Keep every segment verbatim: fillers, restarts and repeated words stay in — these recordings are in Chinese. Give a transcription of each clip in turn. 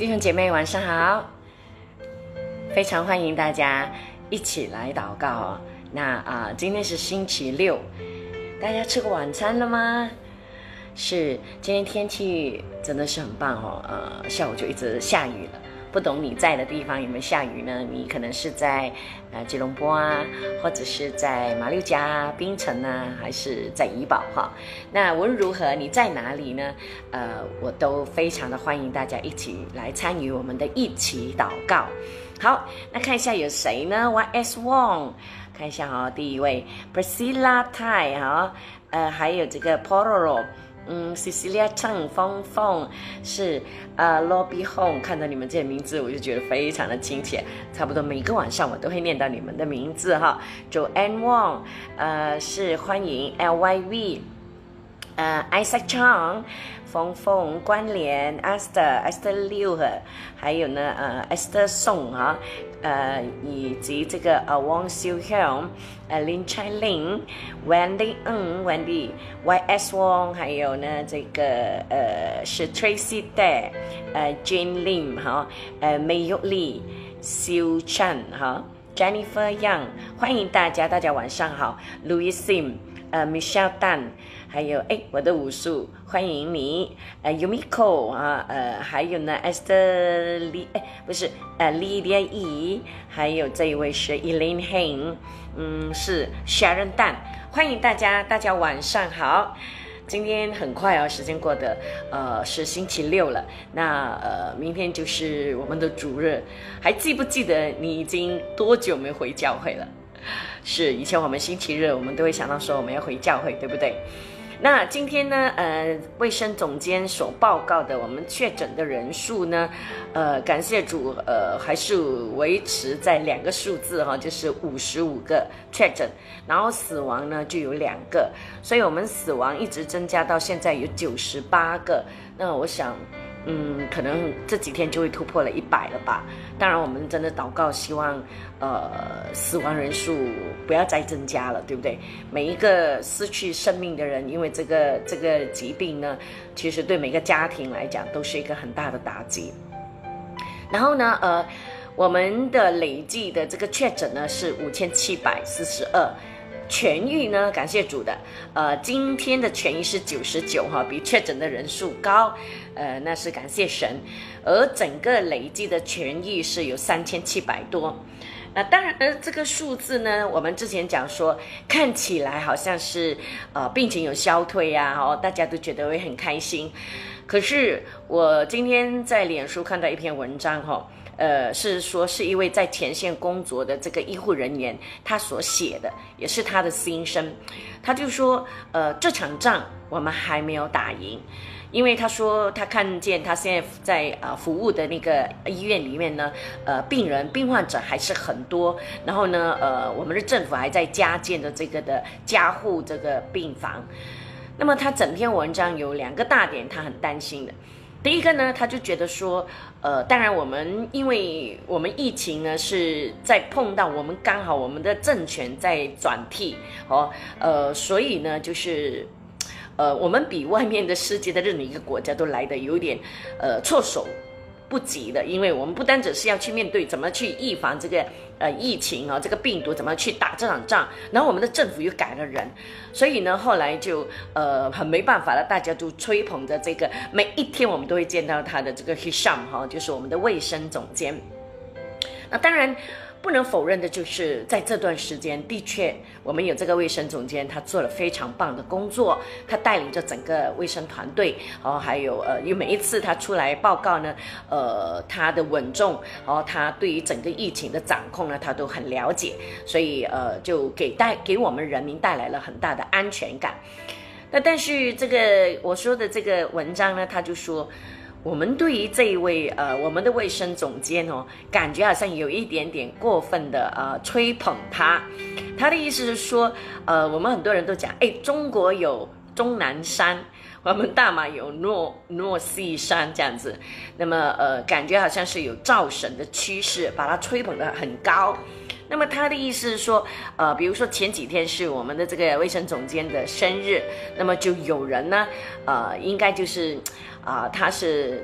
弟兄姐妹晚上好，非常欢迎大家一起来祷告哦。那啊、呃，今天是星期六，大家吃过晚餐了吗？是，今天天气真的是很棒哦，呃，下午就一直下雨了。不懂你在的地方有没有下雨呢？你可能是在呃吉隆坡啊，或者是在马六甲啊、槟城啊，还是在怡保哈。那无论如何，你在哪里呢？呃，我都非常的欢迎大家一起来参与我们的一起祷告。好，那看一下有谁呢 ？Y S Wong， 看一下哈、哦，第一位 Priscilla Tai 哈，呃，还有这个 Pororo。嗯 ，Cecilia Cheng 峰峰是呃 Lobby Home， 看到你们这些名字我就觉得非常的亲切，差不多每个晚上我都会念到你们的名字哈。Joanne Wong， 呃是欢迎 L Y V， 呃 Isaac Chang， 峰峰关联 Esther Esther Liu， 还有呢呃 Esther Song 哈。呃，以及这个呃汪秀香、呃林彩玲、Wendy 嗯 Wendy、Y S Wong， 还有呢这个呃是 Tracy Day， 呃 Jane Lim 哈，呃梅玉丽、Siu Chan 哈 ，Jennifer Young， 欢迎大家，大家晚上好 ，Louis Sim， 呃 Michelle Tan。还有哎，我的武术，欢迎你，呃 ，Yumiko 啊，呃，还有呢 ，Esther Lee， 哎，不是，呃 ，Lydia E， 还有这一位是 Elaine Hein， 嗯，是 Sharon Tan， 欢迎大家，大家晚上好。今天很快哦，时间过得，呃，是星期六了。那呃，明天就是我们的主日，还记不记得你已经多久没回教会了？是，以前我们星期日我们都会想到说我们要回教会，对不对？那今天呢，呃，卫生总监所报告的我们确诊的人数呢，呃，感谢主，呃，还是维持在两个数字哈，就是五十五个确诊，然后死亡呢就有两个，所以我们死亡一直增加到现在有九十八个。那我想，嗯，可能这几天就会突破了一百了吧。当然，我们真的祷告，希望呃死亡人数不要再增加了，对不对？每一个失去生命的人，因为这个这个疾病呢，其实对每个家庭来讲都是一个很大的打击。然后呢，呃，我们的累计的这个确诊呢是五千七百四十二。痊愈呢，感谢主的，呃，今天的痊愈是九十九哈，比确诊的人数高，呃，那是感谢神，而整个累计的痊愈是有三千七百多。那当然，呃，这个数字呢，我们之前讲说，看起来好像是呃病情有消退呀、啊，哦，大家都觉得会很开心。可是我今天在脸书看到一篇文章哈、哦。呃，是说是一位在前线工作的这个医护人员，他所写的，也是他的心声。他就说，呃，这场仗我们还没有打赢，因为他说他看见他现在在呃服务的那个医院里面呢，呃，病人病患者还是很多，然后呢，呃，我们的政府还在加建的这个的加护这个病房。那么他整篇文章有两个大点，他很担心的。第一个呢，他就觉得说，呃，当然我们因为我们疫情呢是在碰到我们刚好我们的政权在转替哦，呃，所以呢就是，呃，我们比外面的世界的任何一个国家都来得有点呃措手不及的，因为我们不单只是要去面对怎么去预防这个呃疫情啊、哦，这个病毒怎么去打这场仗，然后我们的政府又改了人，所以呢后来就呃很没办法了，大家都吹捧着这个，每一天我们都会见到他的这个 Hisham 哈、哦，就是我们的卫生总监。那当然不能否认的就是，在这段时间，的确我们有这个卫生总监，他做了非常棒的工作，他带领着整个卫生团队，哦，还有呃，因为每一次他出来报告呢，呃，他的稳重，哦，他对于整个疫情的掌控呢，他都很了解，所以呃，就给带给我们人民带来了很大的安全感。那但是这个我说的这个文章呢，他就说，我们对于这一位呃我们的卫生总监哦，感觉好像有一点点过分的呃吹捧他。他的意思是说，呃，我们很多人都讲，哎，中国有终南山，我们大马有诺诺西山这样子，那么呃，感觉好像是有造神的趋势，把它吹捧得很高。那么他的意思是说，呃，比如说前几天是我们的这个卫生总监的生日，那么就有人呢，呃，应该就是，啊、呃，他是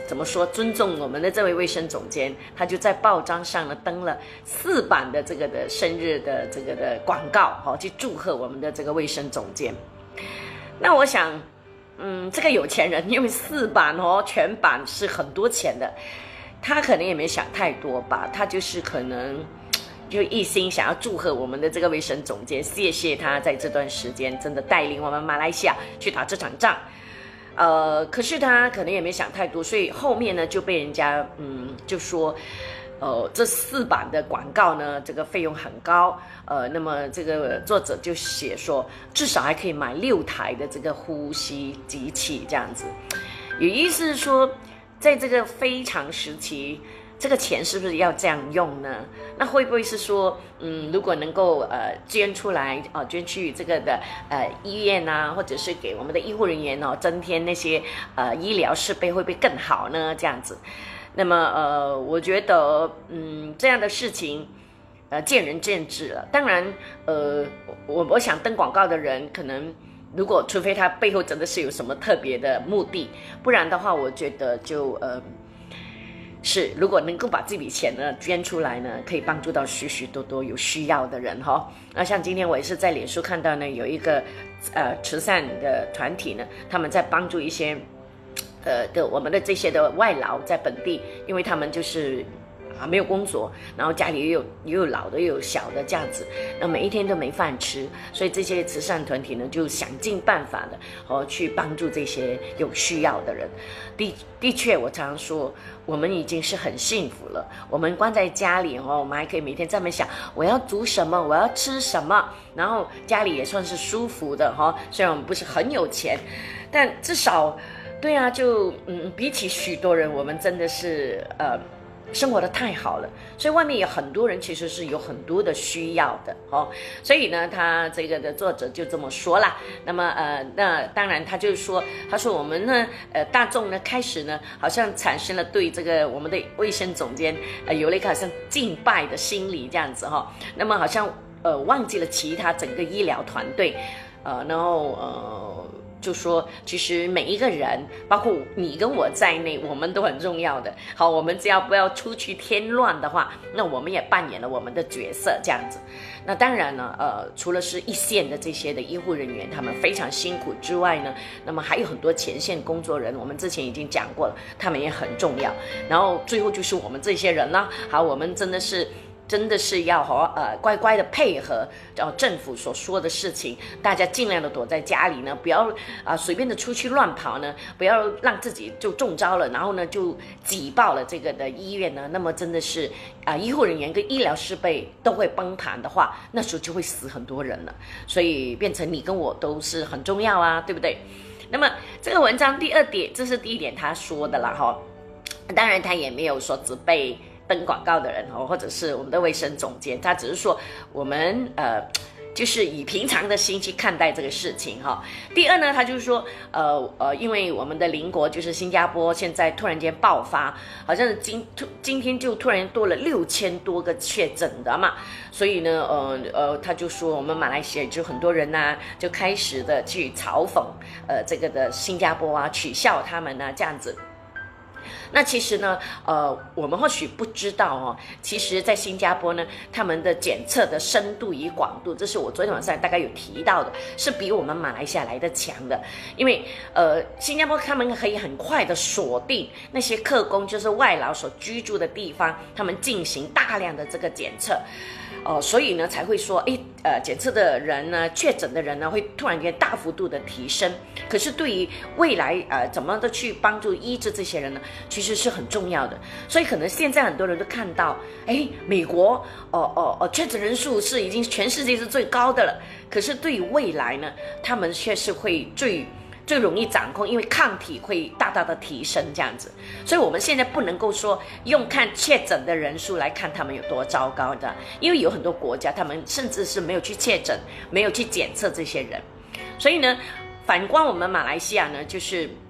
怎么说尊重我们的这位卫生总监，他就在报章上呢登了四版的这个的生日的这个的广告，哈、哦，去祝贺我们的这个卫生总监。那我想，嗯，这个有钱人因为四版哦，全版是很多钱的，他可能也没想太多吧，他就是可能就一心想要祝贺我们的这个卫生总监，谢谢他在这段时间真的带领我们马来西亚去打这场仗。呃，可是他可能也没想太多，所以后面呢就被人家嗯就说，呃，这四版的广告呢，这个费用很高，呃，那么这个作者就写说，至少还可以买六台的这个呼吸机器这样子，有意思是说，在这个非常时期。这个钱是不是要这样用呢？那会不会是说，嗯，如果能够呃捐出来哦、呃，捐去这个的呃医院啊，或者是给我们的医护人员哦，增添那些呃医疗设备，会不会更好呢？这样子，那么呃，我觉得嗯这样的事情呃见仁见智了。当然呃，我我想登广告的人可能。如果除非他背后真的是有什么特别的目的，不然的话，我觉得就呃。是，如果能够把这笔钱呢捐出来呢，可以帮助到许许多多有需要的人哈、哦。那像今天我也是在脸书看到呢，有一个呃慈善的团体呢，他们在帮助一些呃的我们的这些的外劳在本地，因为他们就是啊没有工作，然后家里又有又有老的又有小的这样子，那每一天都没饭吃，所以这些慈善团体呢就想尽办法的哦去帮助这些有需要的人。的的确，我常常说，我们已经是很幸福了。我们关在家里哦，我们还可以每天在那边想我要煮什么，我要吃什么，然后家里也算是舒服的哈、哦。虽然我们不是很有钱，但至少，对啊，就嗯，比起许多人，我们真的是呃。生活的太好了，所以外面有很多人其实是有很多的需要的哦，所以呢，他这个的作者就这么说啦。那么呃，那当然他就是说，他说我们呢，呃，大众呢开始呢，好像产生了对这个我们的卫生总监呃有了一个好像敬拜的心理这样子哈、哦，那么好像呃忘记了其他整个医疗团队，呃，然后呃。就说，其实每一个人，包括你跟我在内，我们都很重要的。好，我们只要不要出去添乱的话，那我们也扮演了我们的角色，这样子。那当然呢，呃，除了是一线的这些的医护人员，他们非常辛苦之外呢，那么还有很多前线工作人，我们之前已经讲过了，他们也很重要。然后最后就是我们这些人啦，好，我们真的是。真的是要和呃乖乖的配合，然后政府所说的事情，大家尽量的躲在家里呢，不要啊、呃、随便的出去乱跑呢，不要让自己就中招了，然后呢就挤爆了这个的医院呢，那么真的是啊、呃、医护人员跟医疗设备都会崩盘的话，那时候就会死很多人了，所以变成你跟我都是很重要啊，对不对？那么这个文章第二点，这是第一点他说的啦哈，当然他也没有说只被。登广告的人哦，或者是我们的卫生总监，他只是说我们呃，就是以平常的心去看待这个事情哈。第二呢，他就是说呃呃，因为我们的邻国就是新加坡，现在突然间爆发，好像是今今天就突然多了六千多个确诊的嘛，所以呢呃呃，他就说我们马来西亚就很多人呐、啊，就开始的去嘲讽呃这个的新加坡啊，取笑他们啊这样子。那其实呢，呃，我们或许不知道哦，其实，在新加坡呢，他们的检测的深度与广度，这是我昨天晚上大概有提到的，是比我们马来西亚来的强的。因为呃，新加坡他们可以很快的锁定那些客工，就是外劳所居住的地方，他们进行大量的这个检测。哦、呃，所以呢才会说，哎，呃，检测的人呢，确诊的人呢，会突然间大幅度的提升。可是对于未来呃怎么的去帮助医治这些人呢，其实是很重要的。所以可能现在很多人都看到，哎，美国哦哦哦，确诊人数是已经全世界是最高的了。可是对于未来呢，他们却是会最。最容易掌控，因为抗体会大大的提升这样子，所以我们现在不能够说用看确诊的人数来看他们有多糟糕的，因为有很多国家他们甚至是没有去确诊，没有去检测这些人，所以呢，反观我们马来西亚呢，就是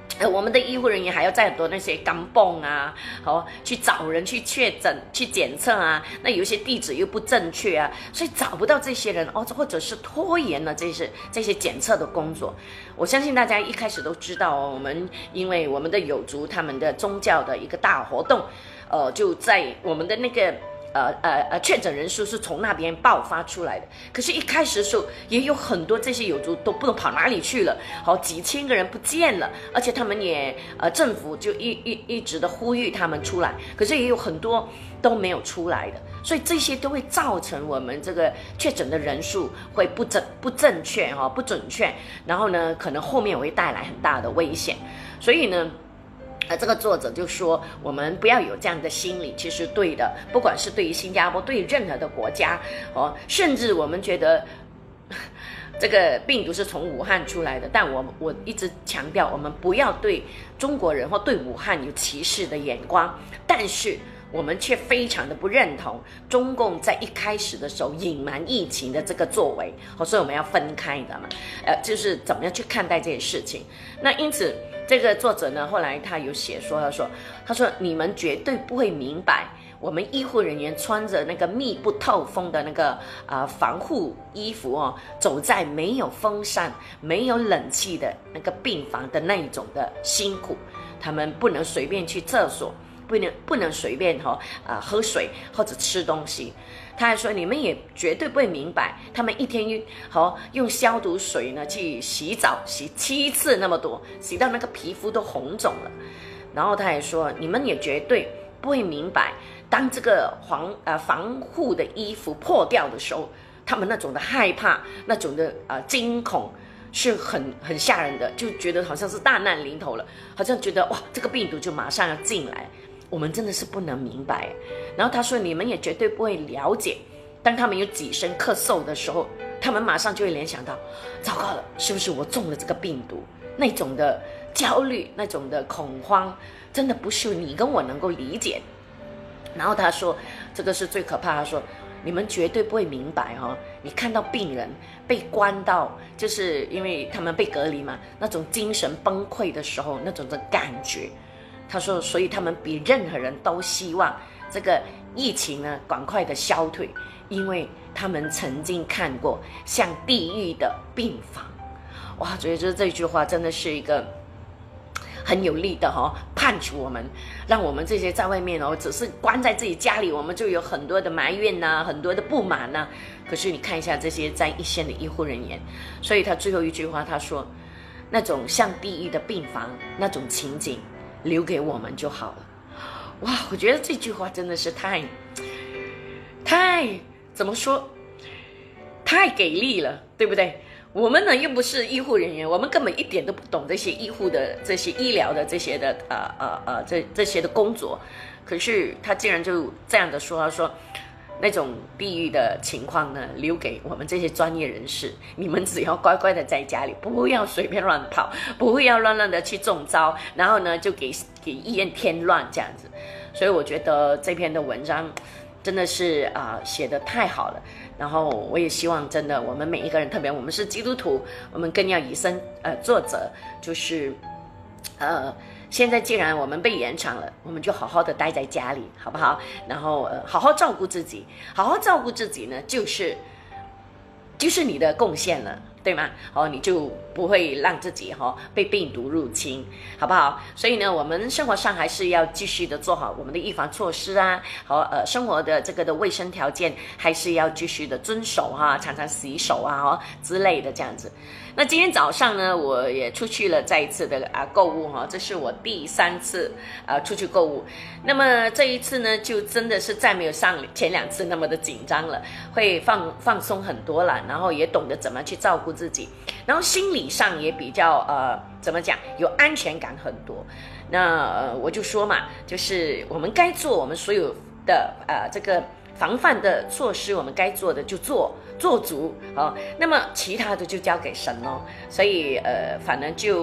呃，我们的医护人员还要在很多那些钢泵啊，哦，去找人去确诊、去检测啊，那有一些地址又不正确啊，所以找不到这些人哦，或者是拖延了这些这些检测的工作。我相信大家一开始都知道哦，我们因为我们的有族他们的宗教的一个大活动，呃，就在我们的那个。呃呃呃，确诊人数是从那边爆发出来的。可是，一开始的时候，也有很多这些有族都不知道跑哪里去了，好几千个人不见了，而且他们也呃政府就一一一直的呼吁他们出来，可是也有很多都没有出来的，所以这些都会造成我们这个确诊的人数会不正不正确哈、哦、不准确，然后呢，可能后面也会带来很大的危险，所以呢。呃，这个作者就说，我们不要有这样的心理，其实对的，不管是对于新加坡，对于任何的国家，哦，甚至我们觉得这个病毒是从武汉出来的，但我我一直强调，我们不要对中国人或对武汉有歧视的眼光，但是我们却非常的不认同中共在一开始的时候隐瞒疫情的这个作为，哦，所以我们要分开的嘛，呃，就是怎么样去看待这些事情。那因此。这个作者呢，后来他有写说，他说，他说你们绝对不会明白，我们医护人员穿着那个密不透风的那个啊、呃、防护衣服哦，走在没有风扇、没有冷气的那个病房的那一种的辛苦，他们不能随便去厕所，不能不能随便哈、哦、啊、呃、喝水或者吃东西。他还说，你们也绝对不会明白，他们一天用好用消毒水呢去洗澡，洗七次那么多，洗到那个皮肤都红肿了。然后他还说，你们也绝对不会明白，当这个防呃防护的衣服破掉的时候，他们那种的害怕，那种的呃惊恐。是很很吓人的，就觉得好像是大难临头了，好像觉得哇，这个病毒就马上要进来。我们真的是不能明白。然后他说，你们也绝对不会了解，当他们有几声咳嗽的时候，他们马上就会联想到，糟糕了，是不是我中了这个病毒？那种的焦虑，那种的恐慌，真的不是你跟我能够理解。然后他说，这个是最可怕。他说，你们绝对不会明白哈、哦，你看到病人被关到，就是因为他们被隔离嘛，那种精神崩溃的时候，那种的感觉。他说，所以他们比任何人都希望这个疫情呢赶快的消退，因为他们曾经看过像地狱的病房。哇，觉得这句话真的是一个很有力的哈、哦、punch 我们，让我们这些在外面哦，只是关在自己家里，我们就有很多的埋怨呐、啊，很多的不满呐、啊。可是你看一下这些在一线的医护人员，所以他最后一句话他说，那种像地狱的病房那种情景。留给我们就好了。哇，我觉得这句话真的是太太怎么说，太给力了，对不对？我们呢又不是医护人员，我们根本一点都不懂这些医护的这些医疗的这些的呃呃呃这这些的工作，可是他竟然就这样的说，他说那种地狱的情况呢，留给我们这些专业人士。你们只要乖乖的在家里，不要随便乱跑，不要乱乱的去中招，然后呢就给给医院添乱这样子。所以我觉得这篇的文章真的是啊、呃、写得太好了。然后我也希望真的我们每一个人，特别我们是基督徒，我们更要以身呃作则，就是呃。现在既然我们被延长了，我们就好好的待在家里，好不好？然后呃，好好照顾自己，好好照顾自己呢，就是就是你的贡献了，对吗？哦，你就不会让自己哈、哦、被病毒入侵，好不好？所以呢，我们生活上还是要继续的做好我们的预防措施啊，和呃生活的这个的卫生条件还是要继续的遵守哈、啊，常常洗手啊哦之类的这样子。那今天早上呢，我也出去了再一次的啊购物哈，这是我第三次啊出去购物。那么这一次呢，就真的是再没有上前两次那么的紧张了，会放放松很多了，然后也懂得怎么去照顾自己，然后心理上也比较呃怎么讲，有安全感很多。那呃我就说嘛，就是我们该做我们所有的呃这个防范的措施，我们该做的就做。做足哦，那么其他的就交给神咯。所以呃，反正就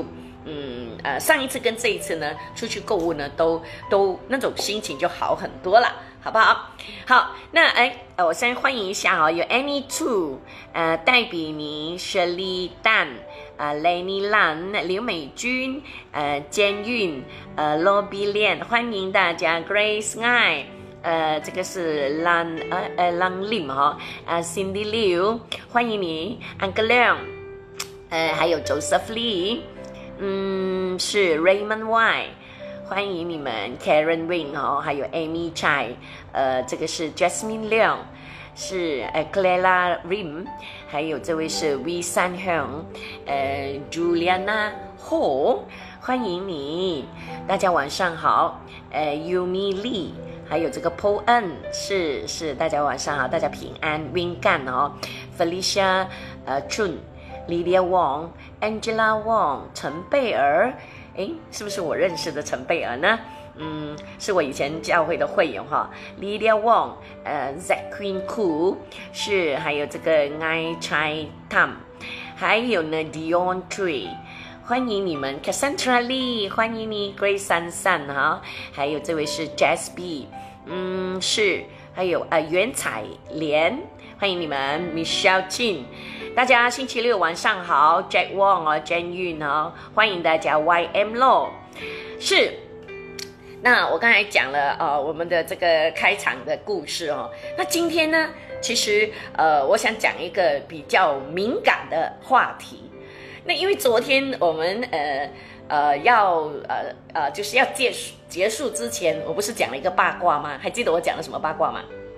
嗯呃上一次跟这一次呢出去购物呢，都都那种心情就好很多了。好不好？好，那哎，我先欢迎一下哈、哦，有 Annie Two， 呃，戴比尼、Shirley Dan， 呃 ，Lenny Lan， 刘美君，呃，监运，呃 ，Lobby Lian， 欢迎大家 ，Grace Ngai， 呃，这个是 Lan 呃呃 Lan Lim 哈，呃 ，Cindy Liu， 欢迎你 ，Uncle Leon， 呃，还有 Joseph Lee， 嗯，是 Raymond Y。欢迎你们 Karen Wing 哦，还有 Amy Chai， 呃，这个是 Jasmine Leong， 是呃 Clara Rim， 还有这位是 V San Hong， 呃 Juliana Ho， 欢迎你，大家晚上好，呃 Yumi Lee， 还有这个 Paul N， 是是大家晚上好，大家平安 Win Gan 哦 ，Felicia 呃 Chun，Lydia Wong，Angela Wong， 陈贝儿。诶，是不是我认识的陈贝儿呢？嗯，是我以前教会的会员哈 ，Lydia Wong， 呃 ，Zack Queen Koo， 是还有这个 Ngai Chai Tam， 还有呢 Dion Tree， 欢迎你们 Cassandra Lee， 欢迎你 Grace 珊珊哈，还有这位是 Jazz B， 嗯，是，还有呃袁彩莲，欢迎你们 Michelle Chin。大家星期六晚上好 ，Jack Wong 哦 ，Jane Yun 哦，欢迎大家 Y M Law。是，那我刚才讲了呃我们的这个开场的故事哦，那今天呢，其实呃我想讲一个比较敏感的话题。那因为昨天我们呃呃要呃呃就是要结束结束之前，我不是讲了一个八卦吗？还记得我讲了什么八卦吗？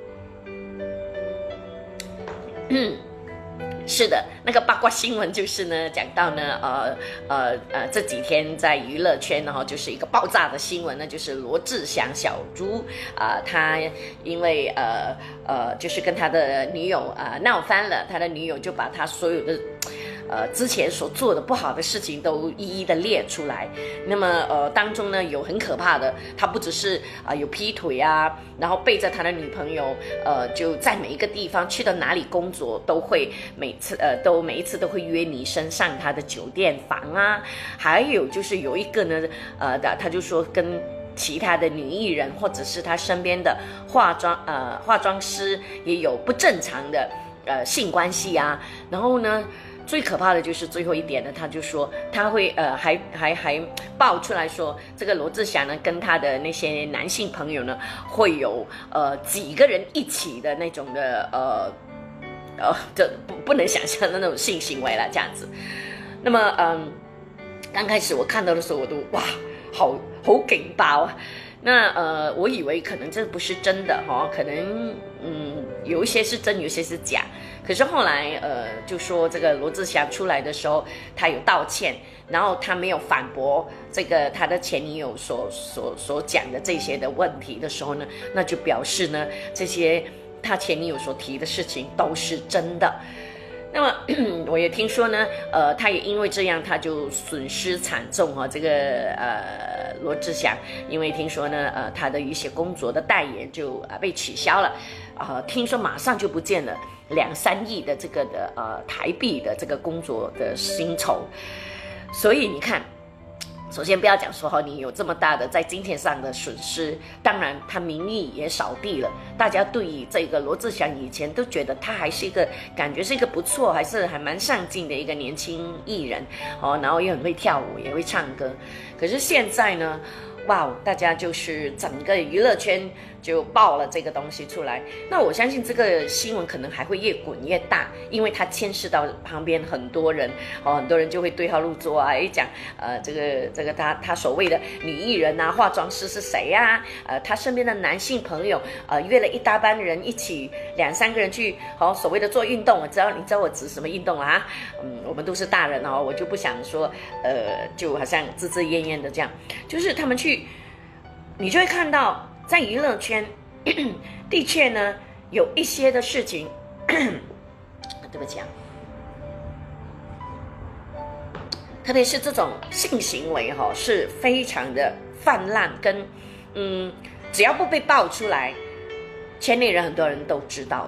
嗯。是的，那个八卦新闻就是呢，讲到呢，呃呃呃，这几天在娱乐圈呢，就是一个爆炸的新闻呢，就是罗志祥小猪啊、呃，他因为呃呃，就是跟他的女友啊、呃、闹翻了，他的女友就把他所有的。呃，之前所做的不好的事情都一一的列出来。那么，呃，当中呢有很可怕的，他不只是啊、呃、有劈腿啊，然后背着他的女朋友，呃，就在每一个地方去到哪里工作，都会每次呃都每一次都会约女生上他的酒店房啊。还有就是有一个呢，呃的他就说跟其他的女艺人或者是他身边的化妆呃化妆师也有不正常的呃性关系啊，然后呢。最可怕的就是最后一点呢，他就说他会呃还还还爆出来说，这个罗志祥呢跟他的那些男性朋友呢会有呃几个人一起的那种的呃呃这不不能想象的那种性行为了这样子。那么嗯，刚开始我看到的时候我都哇好好劲爆啊！那呃我以为可能这不是真的哈、哦，可能嗯有一些是真，有一些是假。可是后来，呃，就说这个罗志祥出来的时候，他有道歉，然后他没有反驳这个他的前女友所所所讲的这些的问题的时候呢，那就表示呢，这些他前女友所提的事情都是真的。那么我也听说呢，呃，他也因为这样，他就损失惨重哈、哦。这个呃罗志祥，因为听说呢，呃，他的一些工作的代言就啊、呃、被取消了，啊、呃，听说马上就不见了两三亿的这个的呃台币的这个工作的薪酬，所以你看。首先不要讲说哈，你有这么大的在金钱上的损失，当然他名义也扫地了。大家对于这个罗志祥以前都觉得他还是一个感觉是一个不错，还是还蛮上进的一个年轻艺人哦，然后也很会跳舞，也会唱歌。可是现在呢，哇，大家就是整个娱乐圈就爆了这个东西出来。那我相信这个新闻可能还会越滚越大，因为它牵涉到旁边很多人哦，很多人就会对号入座啊，一讲呃这个这个他他所谓的女艺人啊，化妆师是谁呀、啊？呃，他身边的男性朋友呃约了一大班人一起两三个人去好、哦、所谓的做运动，我知道你知道我指什么运动啊？嗯，我们都是大人哦，我就不想说呃就好像自自厌厌的这样，就是他们去，你就会看到。在娱乐圈，的确呢，有一些的事情，对不起啊，特别是这种性行为哈、哦，是非常的泛滥，跟嗯，只要不被爆出来，圈内人很多人都知道的。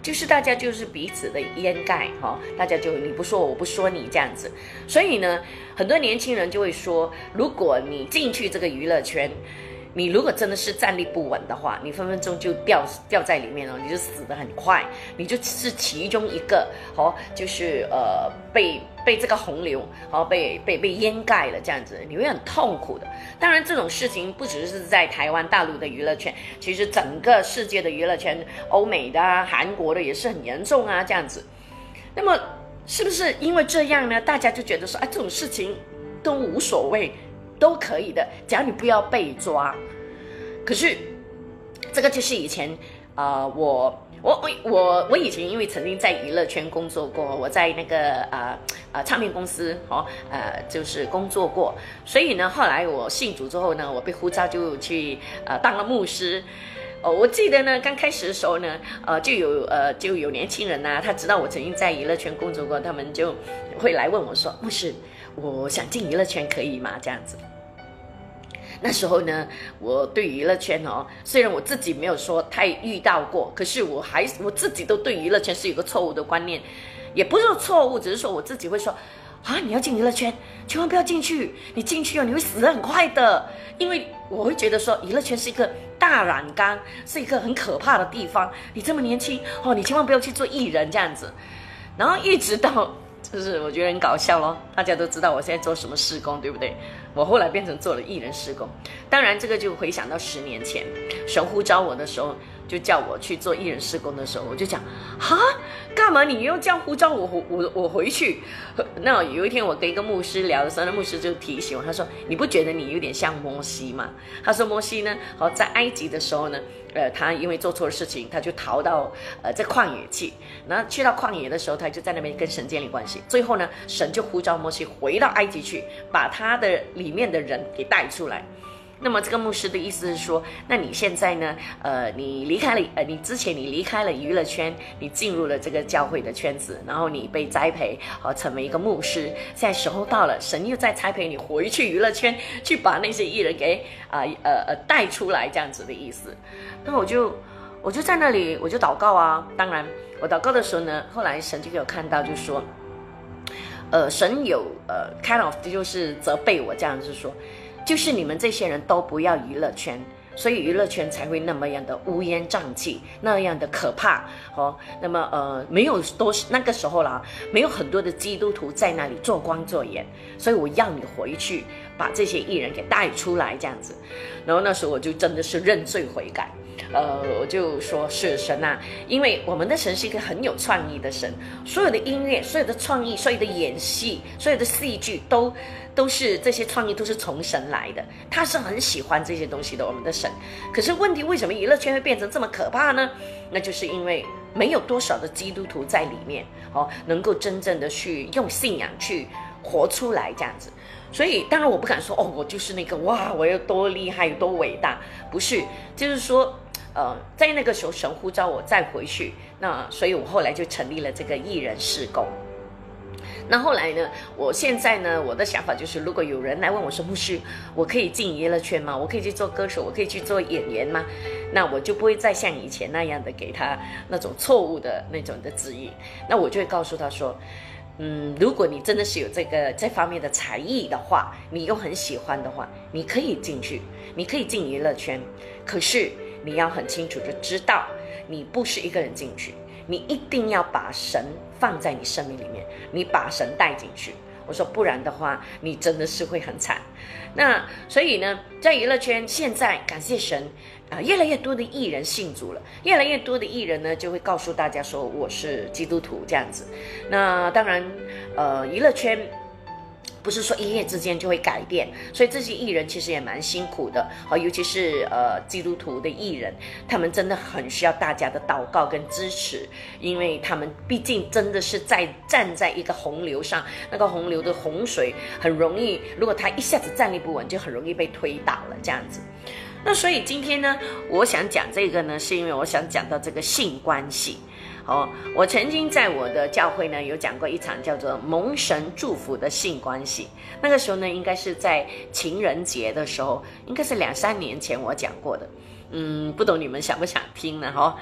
就是大家就是彼此的掩盖哈，大家就你不说我不说你这样子，所以呢，很多年轻人就会说，如果你进去这个娱乐圈，你如果真的是站立不稳的话，你分分钟就掉掉在里面了，你就死得很快，你就是其中一个哦，就是呃被被这个洪流哦被被被掩盖了这样子，你会很痛苦的。当然这种事情不只是在台湾大陆的娱乐圈，其实整个世界的娱乐圈，欧美的啊、韩国的也是很严重啊这样子。那么是不是因为这样呢？大家就觉得说，哎，这种事情都无所谓。都可以的，只要你不要被抓。可是这个就是以前，呃，我我我我我以前因为曾经在娱乐圈工作过，我在那个呃呃唱片公司哦，呃就是工作过，所以呢，后来我信主之后呢，我被呼召就去呃当了牧师。哦，我记得呢，刚开始的时候呢，呃，就有呃就有年轻人呐、啊，他知道我曾经在娱乐圈工作过，他们就会来问我说：“牧师，我想进娱乐圈可以吗？”这样子。那时候呢，我对娱乐圈哦，虽然我自己没有说太遇到过，可是我还我自己都对娱乐圈是有个错误的观念，也不是说错误，只是说我自己会说啊，你要进娱乐圈，千万不要进去，你进去哦，你会死得很快的，因为我会觉得说娱乐圈是一个大染缸，是一个很可怕的地方，你这么年轻哦，你千万不要去做艺人这样子，然后一直到。就是我觉得很搞笑咯，大家都知道我现在做什么事工，对不对？我后来变成做了艺人事工，当然这个就回想到十年前，神呼召我的时候，就叫我去做艺人事工的时候，我就讲哈，干嘛你又叫呼召我我我回去？那有一天我跟一个牧师聊的时候，那牧师就提醒我，他说你不觉得你有点像摩西吗？他说摩西呢，好在埃及的时候呢。呃，他因为做错了事情，他就逃到呃这旷野去。然后去到旷野的时候，他就在那边跟神建立关系。最后呢，神就呼召摩西回到埃及去，把他的里面的人给带出来。那么这个牧师的意思是说，那你现在呢？呃，你离开了呃，你之前你离开了娱乐圈，你进入了这个教会的圈子，然后你被栽培，好、呃、成为一个牧师。现在时候到了，神又在栽培你回去娱乐圈，去把那些艺人给啊呃呃带出来，这样子的意思。那我就我就在那里，我就祷告啊。当然，我祷告的时候呢，后来神就给我看到，就说，呃，神有呃 kind of 就是责备我这样子说。就是你们这些人都不要娱乐圈，所以娱乐圈才会那么样的乌烟瘴气，那样的可怕哦。那么呃，没有多那个时候啦，没有很多的基督徒在那里做光做盐，所以我要你回去把这些艺人给带出来这样子。然后那时候我就真的是认罪悔改。呃，我就说是神啊，因为我们的神是一个很有创意的神，所有的音乐、所有的创意、所有的演戏、所有的戏剧都都是这些创意都是从神来的，他是很喜欢这些东西的，我们的神。可是问题为什么娱乐圈会变成这么可怕呢？那就是因为没有多少的基督徒在里面哦，能够真正的去用信仰去活出来这样子。所以当然我不敢说哦，我就是那个哇，我有多厉害有多伟大，不是，就是说呃，在那个时候神呼召我再回去，那所以我后来就成立了这个艺人事工。那后来呢，我现在呢，我的想法就是，如果有人来问我说牧师，我可以进娱乐圈吗？我可以去做歌手，我可以去做演员吗？那我就不会再像以前那样的给他那种错误的那种的指引，那我就会告诉他说，嗯，如果你真的是有这个这方面的才艺的话，你又很喜欢的话，你可以进去，你可以进娱乐圈，可是你要很清楚的知道，你不是一个人进去，你一定要把神放在你生命里面，你把神带进去。我说不然的话，你真的是会很惨。那所以呢，在娱乐圈现在感谢神啊、呃，越来越多的艺人信主了，越来越多的艺人呢就会告诉大家说我是基督徒这样子。那当然，呃，娱乐圈不是说一夜之间就会改变，所以这些艺人其实也蛮辛苦的，好，尤其是呃基督徒的艺人，他们真的很需要大家的祷告跟支持，因为他们毕竟真的是在站在一个洪流上，那个洪流的洪水很容易，如果他一下子站立不稳，就很容易被推倒了这样子。那所以今天呢，我想讲这个呢，是因为我想讲到这个性关系。哦，我曾经在我的教会呢有讲过一场叫做蒙神祝福的性关系，那个时候呢应该是在情人节的时候，应该是两三年前我讲过的。嗯，不懂你们想不想听呢？哈、哦，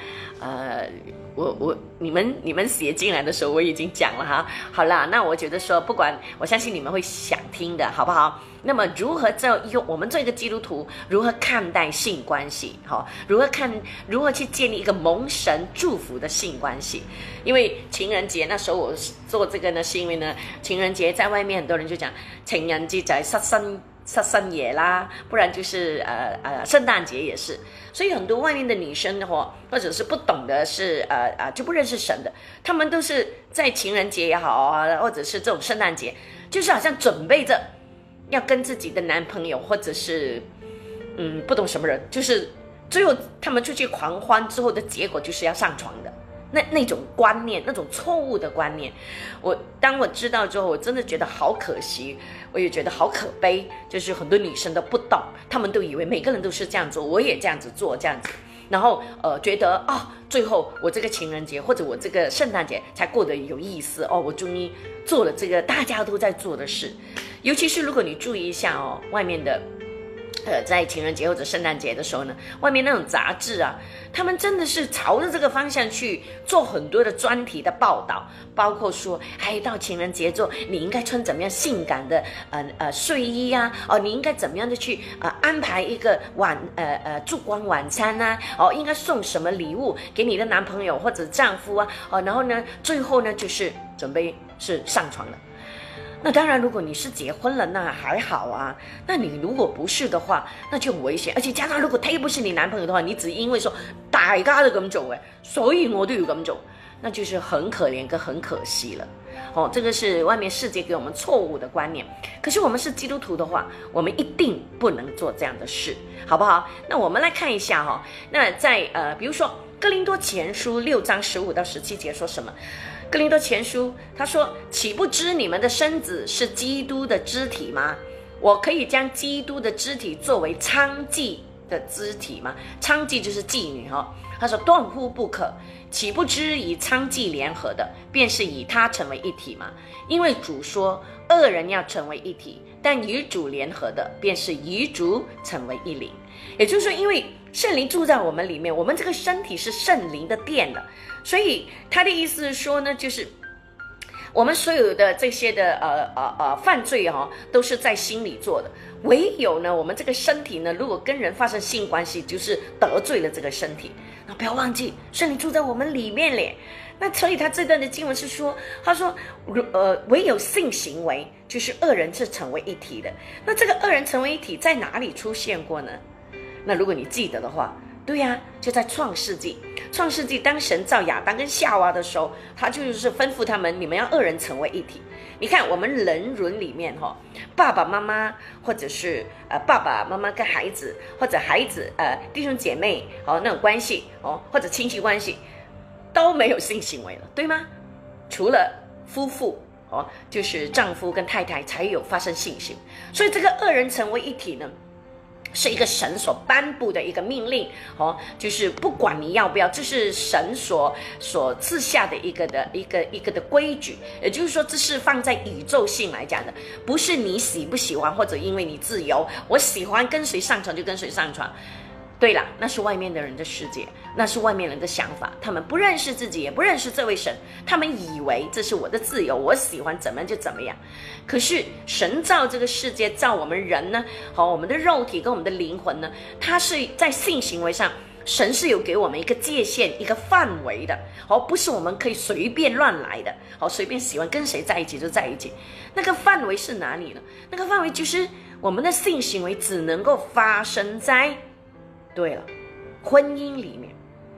呃，我我你们你们写进来的时候我已经讲了哈。好啦，那我觉得说，不管我相信你们会想听的，好不好？那么如何在用我们这个基督徒如何看待性关系？好，如何看如何去建立一个蒙神祝福的性关系？因为情人节那时候我做这个呢，是因为呢情人节在外面很多人就讲情人节就係失身失身夜啦，不然就是呃呃圣诞节也是，所以很多外面的女生哦，或者是不懂的是呃呃就不认识神的，他们都是在情人节也好啊，或者是这种圣诞节，就是好像准备着要跟自己的男朋友或者是嗯不懂什么人，就是最后他们出去狂欢之后的结果就是要上床的。那那种观念，那种错误的观念，我当我知道之后，我真的觉得好可惜，我也觉得好可悲，就是很多女生都不懂，她们都以为每个人都是这样做，我也这样子做，这样子，然后呃觉得啊、哦，最后我这个情人节或者我这个圣诞节才过得有意思哦，我终于做了这个大家都在做的事，尤其是如果你注意一下哦，外面的。呃，在情人节或者圣诞节的时候呢，外面那种杂志啊，他们真的是朝着这个方向去做很多的专题的报道，包括说，哎，到情人节之后，你应该穿怎么样性感的呃呃睡衣啊，哦，你应该怎么样的去呃安排一个晚呃呃烛光晚餐啊，哦，应该送什么礼物给你的男朋友或者丈夫啊，哦，然后呢，最后呢就是准备是上床了。那当然，如果你是结婚了，那还好啊。那你如果不是的话，那就很危险。而且加上，如果他又不是你男朋友的话，你只因为说大家都咁做嘅，所以我都要咁做，那就是很可怜跟很可惜了。哦，这个是外面世界给我们错误的观念。可是我们是基督徒的话，我们一定不能做这样的事，好不好？那我们来看一下哈、哦。那在呃，比如说哥林多前书六章十五到十七节说什么？哥林多前书他说，岂不知你们的身子是基督的肢体吗？我可以将基督的肢体作为娼妓的肢体吗？娼妓就是妓女哈、哦。他说断乎不可，岂不知以娼妓联合的，便是以他成为一体吗？因为主说二人要成为一体，但与主联合的，便是与主成为一灵。也就是说，因为圣灵住在我们里面，我们这个身体是圣灵的殿的，所以他的意思是说呢，就是我们所有的这些的呃呃呃犯罪哈、哦，都是在心里做的。唯有呢，我们这个身体呢，如果跟人发生性关系，就是得罪了这个身体。那不要忘记，圣灵住在我们里面咧。那所以他这段的经文是说，他说，呃，唯有性行为，就是二人是成为一体的。那这个二人成为一体在哪里出现过呢？那如果你记得的话，对呀、啊，就在创世纪。创世纪当神造亚当跟夏娃的时候，他就是吩咐他们，你们要二人成为一体。你看我们人伦里面哈、哦，爸爸妈妈或者是呃爸爸妈妈跟孩子，或者孩子呃弟兄姐妹哦那种关系哦，或者亲戚关系都没有性行为了，对吗？除了夫妇哦，就是丈夫跟太太才有发生性行为，所以这个二人成为一体呢，是一个神所颁布的一个命令哦，就是不管你要不要，这是神所所赐下的一个的一个一个的规矩，也就是说，这是放在宇宙性来讲的，不是你喜不喜欢或者因为你自由，我喜欢跟谁上床就跟谁上床。对啦，那是外面的人的世界，那是外面人的想法，他们不认识自己，也不认识这位神，他们以为这是我的自由，我喜欢怎么样就怎么样。可是神造这个世界，造我们人呢，好，我们的肉体跟我们的灵魂呢，它是在性行为上，神是有给我们一个界限，一个范围的，好，不是我们可以随便乱来的，好，随便喜欢跟谁在一起就在一起。那个范围是哪里呢？那个范围就是我们的性行为只能够发生在，对了，婚姻里面。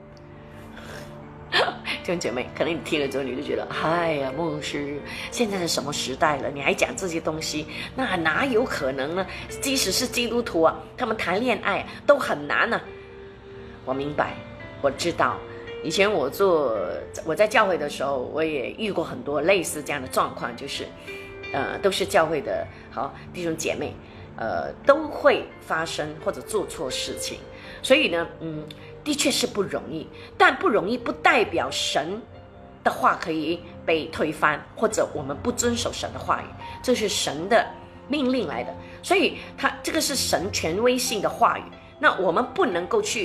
弟兄姐妹，可能你听了之后你就觉得，哎呀，牧师，现在是什么时代了，你还讲这些东西，那哪有可能呢？即使是基督徒啊，他们谈恋爱都很难呢、啊。我明白，我知道，以前我做我在教会的时候，我也遇过很多类似这样的状况，就是呃，都是教会的好弟兄姐妹，呃，都会发生或者做错事情，所以呢，嗯。的确是不容易，但不容易不代表神的话可以被推翻，或者我们不遵守神的话语，这是神的命令来的，所以他这个是神权威性的话语，那我们不能够去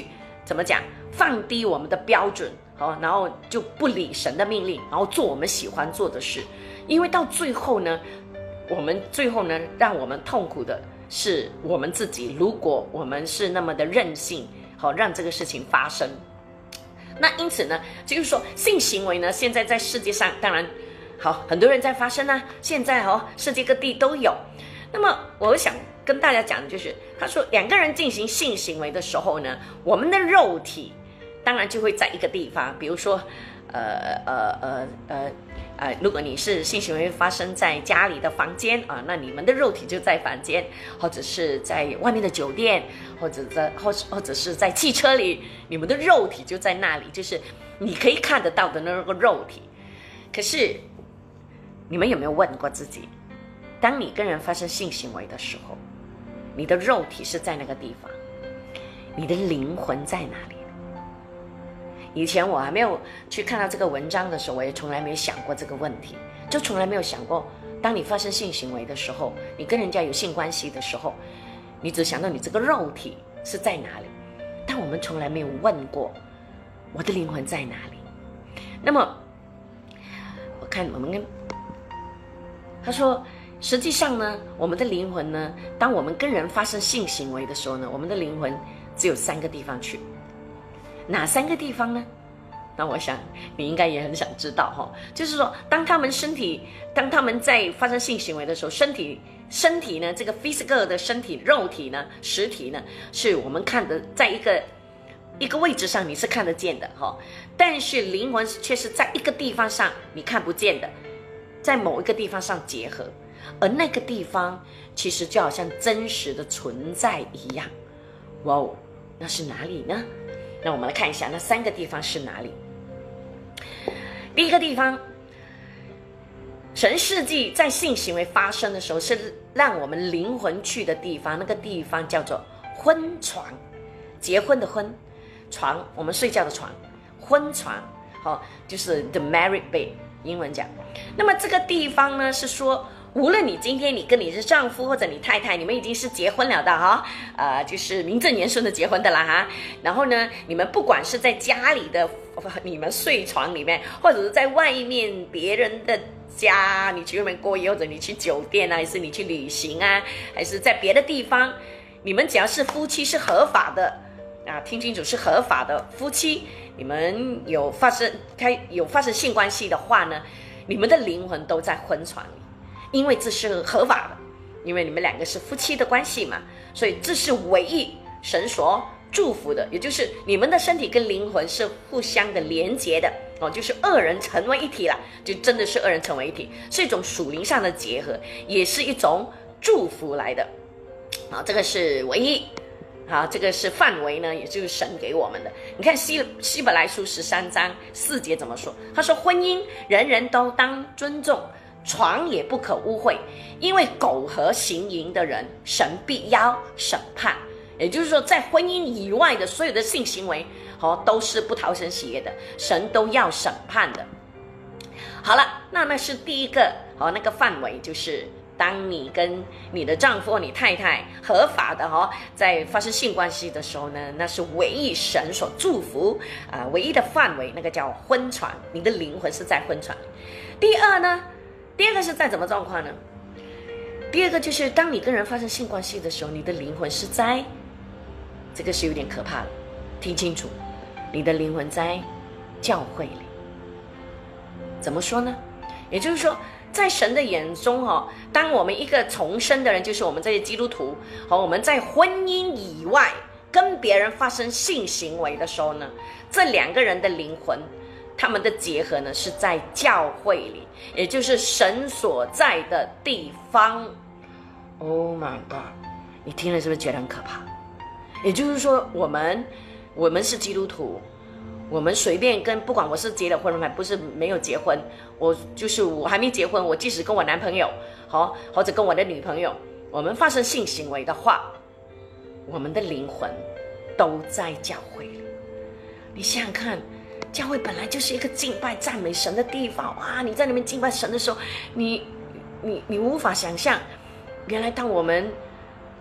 怎么讲？放低我们的标准，好，然后就不理神的命令，然后做我们喜欢做的事。因为到最后呢，我们最后呢，让我们痛苦的是我们自己。如果我们是那么的任性，好，让这个事情发生。那因此呢，就是说性行为呢，现在在世界上当然好，很多人在发生啊，现在哦，世界各地都有。那么我想跟大家讲的就是，他说两个人进行性行为的时候呢，我们的肉体当然就会在一个地方，比如说，呃呃呃呃呃，如果你是性行为发生在家里的房间啊，那你们的肉体就在房间，或者是在外面的酒店，或者在或或者是在汽车里，你们的肉体就在那里，就是你可以看得到的那个肉体。可是你们有没有问过自己，当你跟人发生性行为的时候，你的肉体是在那个地方，你的灵魂在哪里？以前我还没有去看到这个文章的时候，我也从来没有想过这个问题，就从来没有想过，当你发生性行为的时候，你跟人家有性关系的时候，你只想到你这个肉体是在哪里，但我们从来没有问过我的灵魂在哪里。那么我看我们跟他说，实际上呢，我们的灵魂呢，当我们跟人发生性行为的时候呢，我们的灵魂只有三个地方去。哪三个地方呢？那我想你应该也很想知道哈，就是说，当他们身体，当他们在发生性行为的时候，身体身体呢，这个 physical 的身体肉体呢，实体呢，是我们看的，在一个一个位置上你是看得见的哈，但是灵魂却是在一个地方上你看不见的，在某一个地方上结合，而那个地方其实就好像真实的存在一样。哇哦，那是哪里呢？那我们来看一下那三个地方是哪里。第一个地方，神世纪在性行为发生的时候是让我们灵魂去的地方，那个地方叫做婚床，结婚的婚，床我们睡觉的床，婚床，哦，就是 the married bed， 英文讲。那么这个地方呢，是说无论你今天你跟你的丈夫或者你太太，你们已经是结婚了的哈，呃，就是名正言顺的结婚的啦哈。然后呢，你们不管是在家里的你们睡床里面，或者是在外面别人的家，你去外面过夜，或者你去酒店啊，还是你去旅行啊，还是在别的地方，你们只要是夫妻是合法的啊，听清楚是合法的夫妻，你们有发生开有发生性关系的话呢，你们的灵魂都在婚床里。因为这是合法的，因为你们两个是夫妻的关系嘛，所以这是唯一神所祝福的，也就是你们的身体跟灵魂是互相的连结的哦，就是二人成为一体了，就真的是二人成为一体，是一种属灵上的结合，也是一种祝福来的啊，这个是唯一。好，这个是范围呢，也就是神给我们的。你看希希伯来书十三章四节怎么说？他说：“婚姻人人都当尊重。”床也不可污秽，因为苟合行淫的人，神必要审判。也就是说，在婚姻以外的所有的性行为，哦，都是不讨神喜悦的，神都要审判的。好了，那那是第一个哦，那个范围就是当你跟你的丈夫、你太太合法的哦，在发生性关系的时候呢，那是唯一神所祝福啊、呃，唯一的范围，那个叫婚床，你的灵魂是在婚床里。第二呢？第二个是在怎么状况呢？第二个就是当你跟人发生性关系的时候，你的灵魂是在，这个是有点可怕的，听清楚，你的灵魂在教会里。怎么说呢？也就是说，在神的眼中哦，当我们一个重生的人，就是我们这些基督徒，和我们在婚姻以外跟别人发生性行为的时候呢，这两个人的灵魂。他们的结合呢是在教会里，也就是神所在的地方。Oh my God！ 你听了是不是觉得很可怕？也就是说，我们我们是基督徒，我们随便跟，不管我是结了婚还不是没有结婚，我就是我还没结婚，我即使跟我男朋友，好或者跟我的女朋友，我们发生性行为的话，我们的灵魂都在教会里。你想想看。教会本来就是一个敬拜赞美神的地方，哇！你在那边敬拜神的时候，你你你无法想象，原来当我们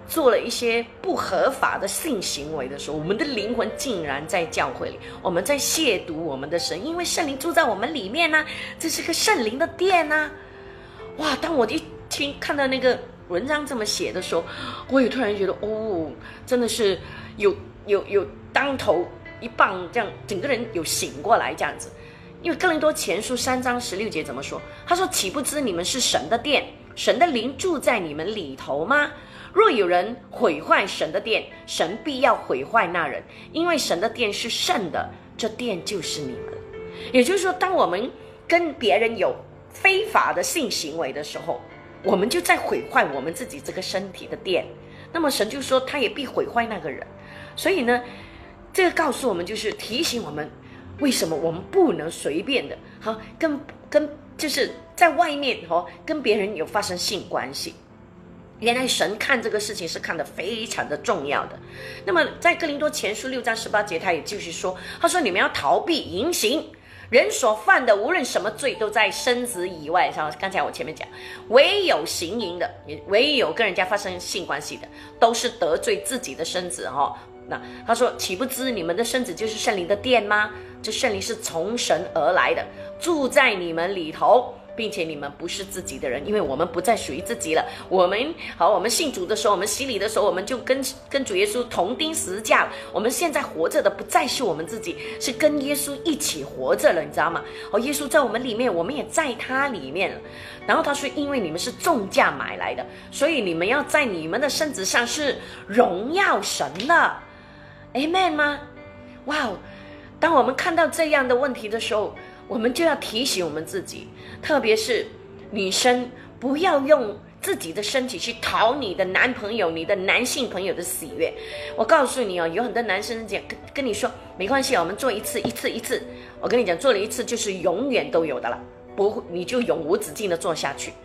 做了一些不合法的性行为的时候，我们的灵魂竟然在教会里，我们在亵渎我们的神，因为圣灵住在我们里面呢、啊，这是个圣灵的殿啊！哇，当我一听看到那个文章这么写的时候，我也突然觉得，哦，真的是有有有当头一棒，这样整个人有醒过来这样子。因为哥林多前书三章十六节怎么说？他说：“岂不知你们是神的殿，神的灵住在你们里头吗？若有人毁坏神的殿，神必要毁坏那人，因为神的殿是圣的，这殿就是你们。”也就是说，当我们跟别人有非法的性行为的时候，我们就在毁坏我们自己这个身体的殿。那么神就说，他也必毁坏那个人。所以呢，这个告诉我们，就是提醒我们，为什么我们不能随便的，好跟跟就是在外面哦跟别人有发生性关系。原来神看这个事情是看得非常的重要的。那么在哥林多前书六章十八节，他也继续说，他说你们要逃避淫行，人所犯的无论什么罪都在身子以外。像刚才我前面讲，唯有行淫的，唯有跟人家发生性关系的，都是得罪自己的身子哈、哦。那他说，岂不知你们的身子就是圣灵的殿吗？这圣灵是从神而来的，住在你们里头，并且你们不是自己的人，因为我们不再属于自己了。我们好，我们信主的时候，我们洗礼的时候，我们就跟跟主耶稣同钉十字架了。我们现在活着的不再是我们自己，是跟耶稣一起活着了，你知道吗？哦，耶稣在我们里面，我们也在他里面了。然后他说，因为你们是重价买来的，所以你们要在你们的身子上是荣耀神的。Amen 吗？哇哦！当我们看到这样的问题的时候，我们就要提醒我们自己，特别是女生，不要用自己的身体去讨你的男朋友、你的男性朋友的喜悦。我告诉你哦，有很多男生讲 跟, 跟你说，没关系，我们做一次一次一次。我跟你讲，做了一次就是永远都有的了，不，你就永无止境的做下去。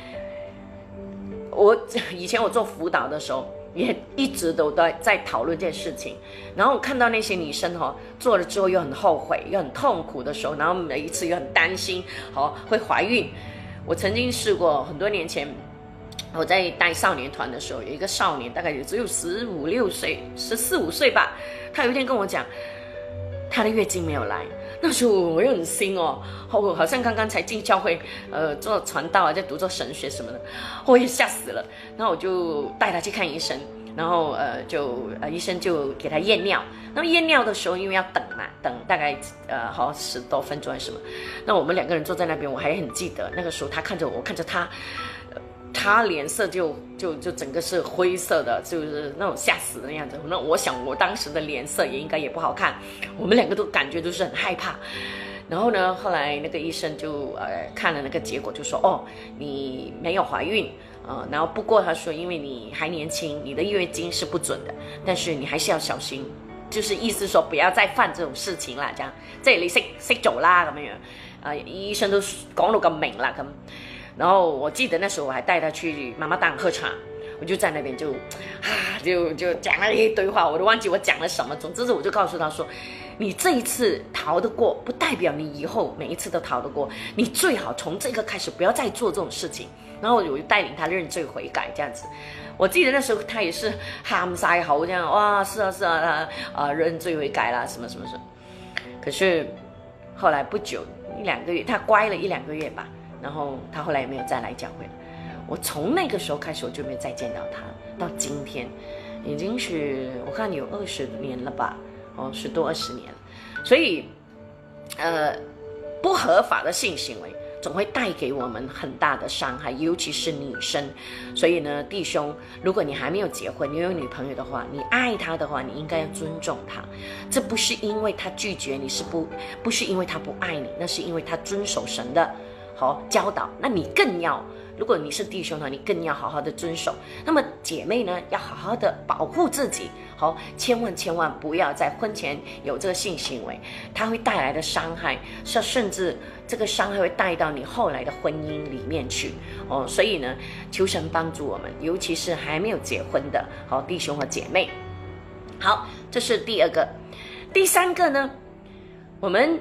我以前我做辅导的时候，也一直都在在讨论这件事情，然后看到那些女生哦，做了之后又很后悔，又很痛苦的时候，然后每一次又很担心，哦会怀孕。我曾经试过，很多年前，我在带少年团的时候，有一个少年，大概也只有十五六岁，十四五岁吧，他有一天跟我讲，他的月经没有来。那时候我又很新哦，我好像刚刚才进教会，呃，做传道啊，在读做神学什么的，我也吓死了。然后我就带他去看医生，然后呃，就呃医生就给他验尿。那么验尿的时候，因为要等嘛，等大概呃好像十多分钟还是什么。那我们两个人坐在那边，我还很记得那个时候，他看着我，我看着他。他脸色就就就整个是灰色的，就是那种吓死的样子。那我想我当时的脸色也应该也不好看，我们两个都感觉都是很害怕。然后呢，后来那个医生就呃看了那个结果，就说哦，你没有怀孕，呃，然后不过他说因为你还年轻，你的月经是不准的，但是你还是要小心，就是意思说不要再犯這種事情啦，這樣即係你識識做啦咁樣樣。啊，醫生都講到咁明啦咁。然後我記得那時候我還帶他去媽媽檔喝茶，我就在那邊就啊就就講了一堆話，我都忘記我講了什麼。總之我就告訴他說，你這一次逃得過，不代表你以後每一次都逃得過。你最好從這個開始不要再做這種事情。然後我就帶領他認罪悔改，這樣子。我記得那時候他也是喊晒口，這樣哇，是啊是啊，他啊認罪悔改啦，什麼什麼什麼。可是後來不久一兩個月，他乖了一兩個月吧。然後他後來也沒有再來教會了。我從那個時候開始，我就沒有再見到他。到今天，已經是我看有二十年了吧，哦，十多二十年了。所以，呃，不合法的性行為總會帶給我們很大的傷害，尤其是女生。所以呢，弟兄，如果你還沒有結婚，你有女朋友的話，你愛她的話，你應該要尊重她。這不是因為她拒絕你，是不不是因為她不愛你，那是因為她遵守神的好教導，那你更要，如果你是弟兄呢，你更要好好的遵守。那麼姐妹呢，要好好的保護自己，好，千萬千萬不要在婚前有這個性行為，它會帶來的傷害，是甚至這個傷害會帶到你後來的婚姻裡面去哦。所以呢，求神幫助我們，尤其是還沒有結婚的好弟兄和姐妹。好，這是第二個。第三個呢，我們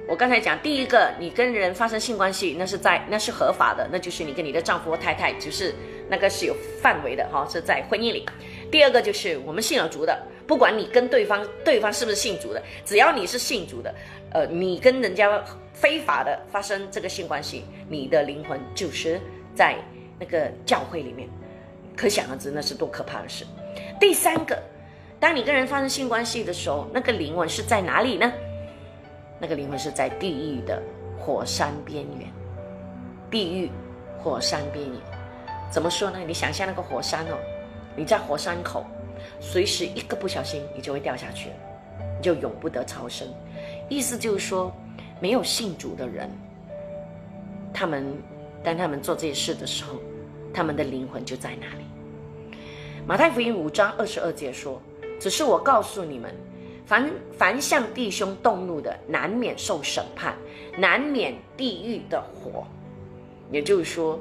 我刚才讲，第一个，你跟人发生性关系，那是在那是合法的，那就是你跟你的丈夫或太太，就是那个是有范围的哈，是在婚姻里。第二个就是我们信了主的，不管你跟对方，对方是不是信主的，只要你是信主的，呃，你跟人家非法的发生这个性关系，你的灵魂就是在那个教会里面，可想而知那是多可怕的事。第三个，当你跟人发生性关系的时候，那个灵魂是在哪里呢？那个灵魂是在地狱的火山边缘。地狱火山边缘怎么说呢？你想象那个火山哦，你在火山口，随时一个不小心你就会掉下去了，你就永不得超生。意思就是说，没有信主的人，他们当他们做这些事的时候，他们的灵魂就在哪里。马太福音五章二十二节说，只是我告诉你们，凡凡向弟兄动怒的，难免受审判，难免地狱的火。也就是说，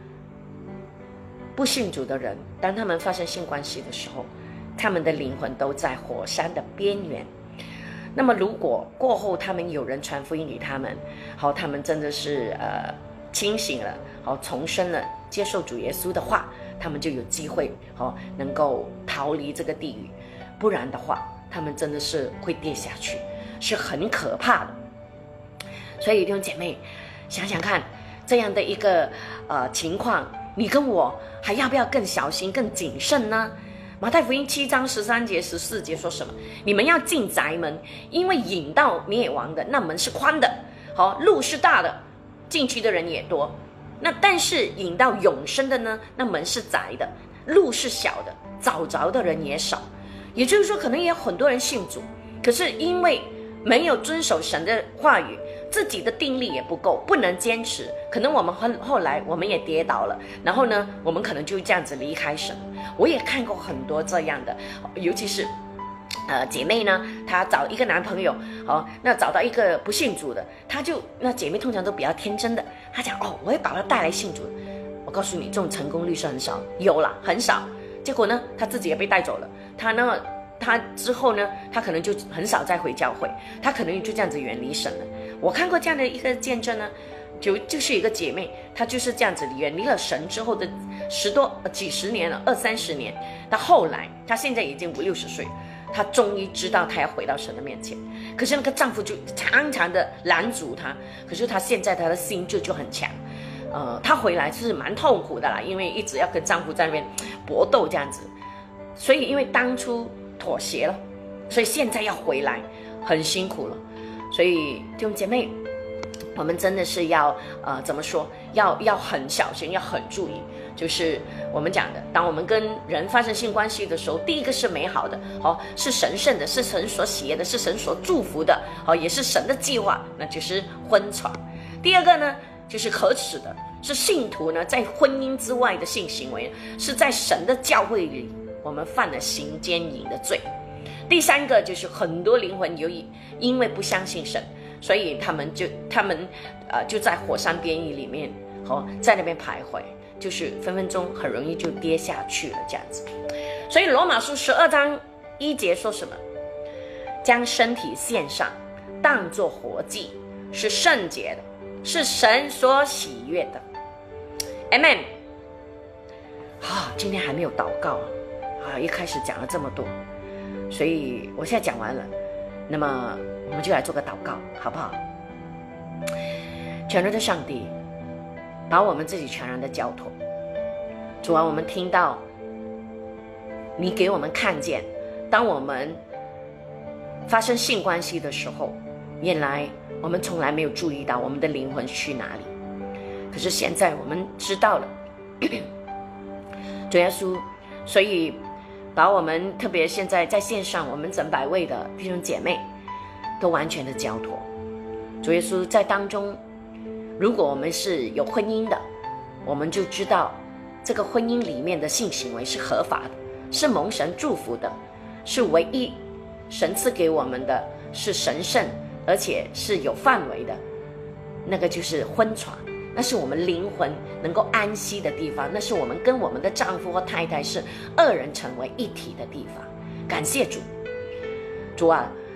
不信主的人，当他们发生性关系的时候，他们的灵魂都在火山的边缘。那么如果过后他们有人传福音给他们，好，他们真的是呃清醒了，好，重生了，接受主耶稣的话，他们就有机会好能够逃离这个地狱。不然的话，他们真的是会跌下去，是很可怕的。所以弟兄姐妹，想想看，这样的一个呃情况，你跟我还要不要更小心、更谨慎呢？马太福音七章十三节、十四节说什么？你们要进宅门，因为引到灭亡的那门是宽的，好，路是大的，进去的人也多。那但是引到永生的呢，那门是窄的，路是小的，找着的人也少。也就是说，可能也有很多人信主，可是因为没有遵守神的话语，自己的定力也不够，不能坚持。可能我们后后来我们也跌倒了，然后呢，我们可能就这样子离开神。我也看过很多这样的，尤其是呃姐妹呢，她找一个男朋友，哦，那找到一个不信主的，她就那姐妹通常都比较天真的，她讲哦，我会把他带来信主。我告诉你，这种成功率是很少，有啦，很少。结果呢，她自己也被带走了。她呢，她之后呢，她可能就很少再回教会，她可能就这样子远离神了。我看过这样的一个见证呢。就就是一个姐妹，她就是这样子远离了神之后的十多几十年了，二三十年。到后来，她现在已经五六十岁，她终于知道她要回到神的面前。可是那个丈夫就常常的拦阻她，可是她现在她的心就就很强。呃，她回来是蛮痛苦的啦，因为一直要跟丈夫在那边搏斗这样子。所以因为当初妥协了，所以现在要回来很辛苦了。所以弟兄姐妹，我们真的是要呃怎么说，要要很小心，要很注意。就是我们讲的，当我们跟人发生性关系的时候，第一个是美好的，哦，是神圣的，是神所喜悦的，是神所祝福的，哦，也是神的计划，那就是婚床。第二个呢，就是可耻的，是信徒呢在婚姻之外的性行为，是在神的教会里我们犯了行奸淫的罪。第三个就是很多灵魂由于因为不相信神，所以他们就他们呃就在火山边缘里面，哦，在那边徘徊，就是分分钟很容易就跌下去了这样子。所以罗马书十二章一节说什么？将身体献上，当作活祭，是圣洁的，是神所喜悦的。Amen。啊，今天还没有祷告啊，一开始讲了这么多，所以我现在讲完了，那么我们就来做个祷告，好不好？全能的上帝，把我们自己全然的交托。主啊，我们听到你给我们看见，当我们发生性关系的时候，原来我们从来没有注意到我们的灵魂去哪里。可是现在我们知道了，主耶稣，所以把我们特别现在在线上我们整百位的弟兄姐妹都完全的交托。主耶稣，在当中，如果我们是有婚姻的，我们就知道这个婚姻里面的性行为是合法的，是蒙神祝福的，是唯一神赐给我们的，是神圣而且是有范围的，那个就是婚床，那是我们灵魂能够安息的地方，那是我们跟我们的丈夫或太太是二人成为一体的地方。感谢主。主啊，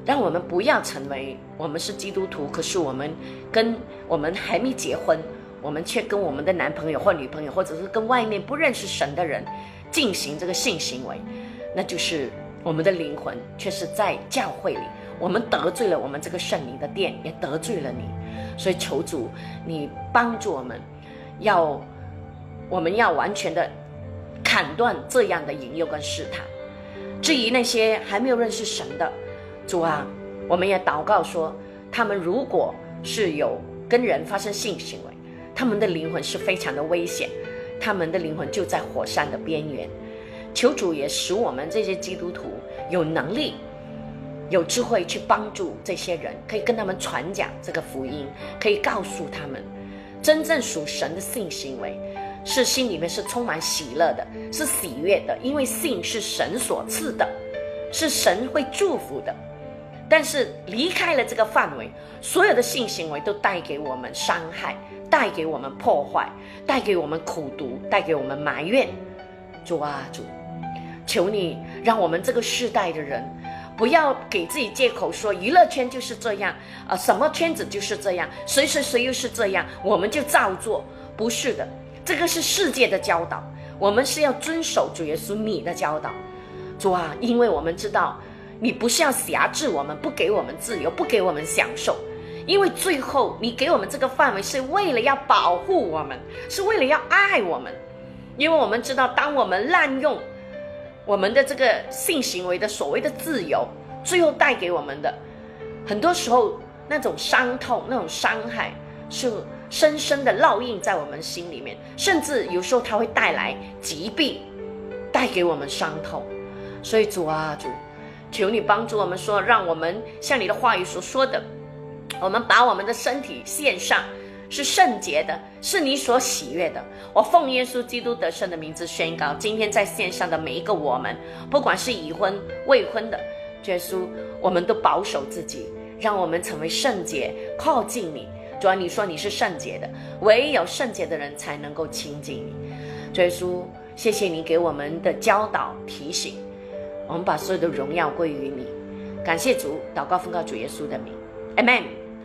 让我们不要成为我们是基督徒，可是我们跟我们还没结婚，我们却跟我们的男朋友或女朋友，或者是跟外面不认识神的人进行这个性行为，那就是我们的灵魂却是在教会里，我们得罪了我们这个圣灵的殿，也得罪了你。所以求主你帮助我们，要我们要完全的砍断这样的引诱跟试探。至于那些还没有认识神的，主啊，我们也祷告说，他们如果是有跟人发生性行为，他们的灵魂是非常的危险，他们的灵魂就在火山的边缘。求主也使我们这些基督徒有能力有智慧去帮助这些人，可以跟他们传讲这个福音，可以告诉他们真正属神的性行为是心里面是充满喜乐的，是喜悦的，因为性是神所赐的，是神会祝福的。但是离开了这个范围，所有的性行为都带给我们伤害，带给我们破坏，带给我们苦毒，带给我们埋怨。主啊，主，求你让我们这个世代的人不要给自己借口说娱乐圈就是这样、呃、什么圈子就是这样，谁谁谁又是这样，我们就照做。不是的，这个是世界的教导，我们是要遵守主耶稣你的教导。主啊，因为我们知道你不是要辖制我们，不给我们自由，不给我们享受，因为最后你给我们这个范围是为了要保护我们，是为了要爱我们。因为我们知道，当我们滥用我们的这个性行为的所谓的自由，最后带给我们的很多时候那种伤痛，那种伤害是深深的烙印在我们心里面，甚至有时候它会带来疾病，带给我们伤痛。所以主啊，主，求你帮助我们说，让我们像你的话语所说的，我们把我们的身体献上，是圣洁的，是你所喜悦的。我奉耶稣基督得胜的名字宣告，今天在线上的每一个我们，不管是已婚未婚的，耶稣，我们都保守自己，让我们成为圣洁，靠近你。主啊，你说你是圣洁的，唯有圣洁的人才能够亲近你。耶稣，谢谢你给我们的教导提醒，我们把所有的荣耀归于你。感谢主，祷告奉告主耶稣的名 Amen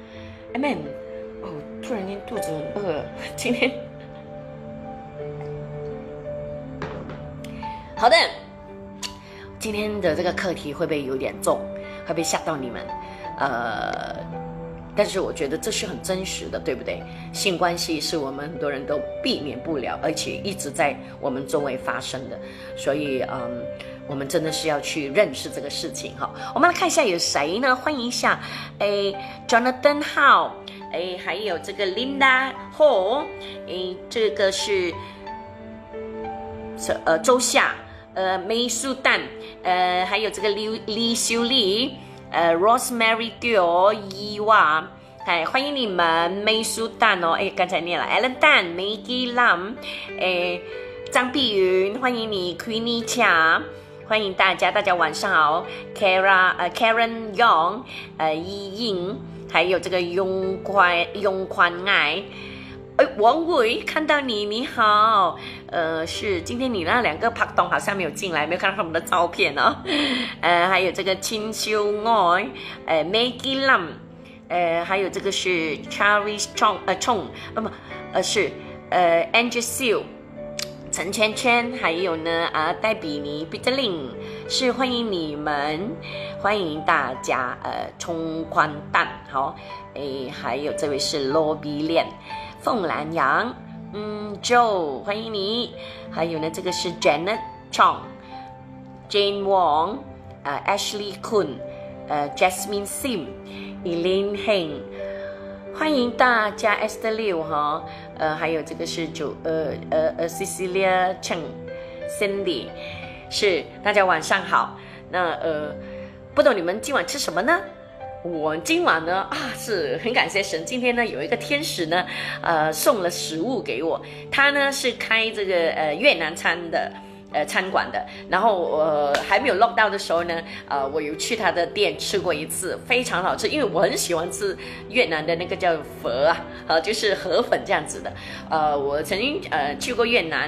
Amen。 哦，突然间肚子很饿，今天好的，今天的这个课题会不会有点重，会不会吓到你们？呃但是我觉得这是很真实的，对不对？性关系是我们很多人都避免不了，而且一直在我们周围发生的，所以嗯，我们真的是要去认识这个事情哈。我们来看一下有谁呢？欢迎一下，哎 ，Jonathan Howe， 哎，还有这个 Linda Ho， 哎，这个是呃周夏，呃梅苏丹，呃，还有这个李李修丽。呃 ，Rosemary Girl 伊娃，哎，欢迎你们，梅苏蛋哦，哎，刚才念了 ，Alan 蛋 ，Maggie Lam， 哎，张碧云，欢迎你 ，Queenie 强，欢迎大家，大家晚上好 ，Kara， 呃 ，Karen Young， 呃，依颖，还有这个永宽永宽爱。哎，王伟，看到你，你好，呃，是今天你那两个拍档好像没有进来，没有看到他们的照片哦，呃，还有这个清修爱，呃 ，Maggie Lam， 呃，还有这个是 Charlie Chong， 呃 Chong， 呃不，呃是呃 Angel Siu， 陈圈圈，还有呢啊戴比尼 Peter Lin， 是欢迎你们，欢迎大家，呃，冲宽蛋，好，哎，还有这位是罗比恋。凤兰阳，嗯 ，Joe， 欢迎你。还有呢，这个是 Janet Chong、Jane Wong， 呃 ，Ashley Kun， 呃 ，Jasmine Sim、Elaine Heng， 欢迎大家 Esther Liu 哈，呃，还有这个是九呃呃呃 Cecilia Cheng、Cindy， 是大家晚上好。那呃，不懂你们今晚吃什么呢？我今晚呢啊是很感谢神，今天呢有一个天使呢，呃送了食物给我，他呢是开这个呃越南餐的呃餐馆的，然后我、呃、还没有 lock down 的时候呢，呃我有去他的店吃过一次，非常好吃，因为我很喜欢吃越南的那个叫佛啊，呃就是河粉这样子的，呃我曾经呃去过越南。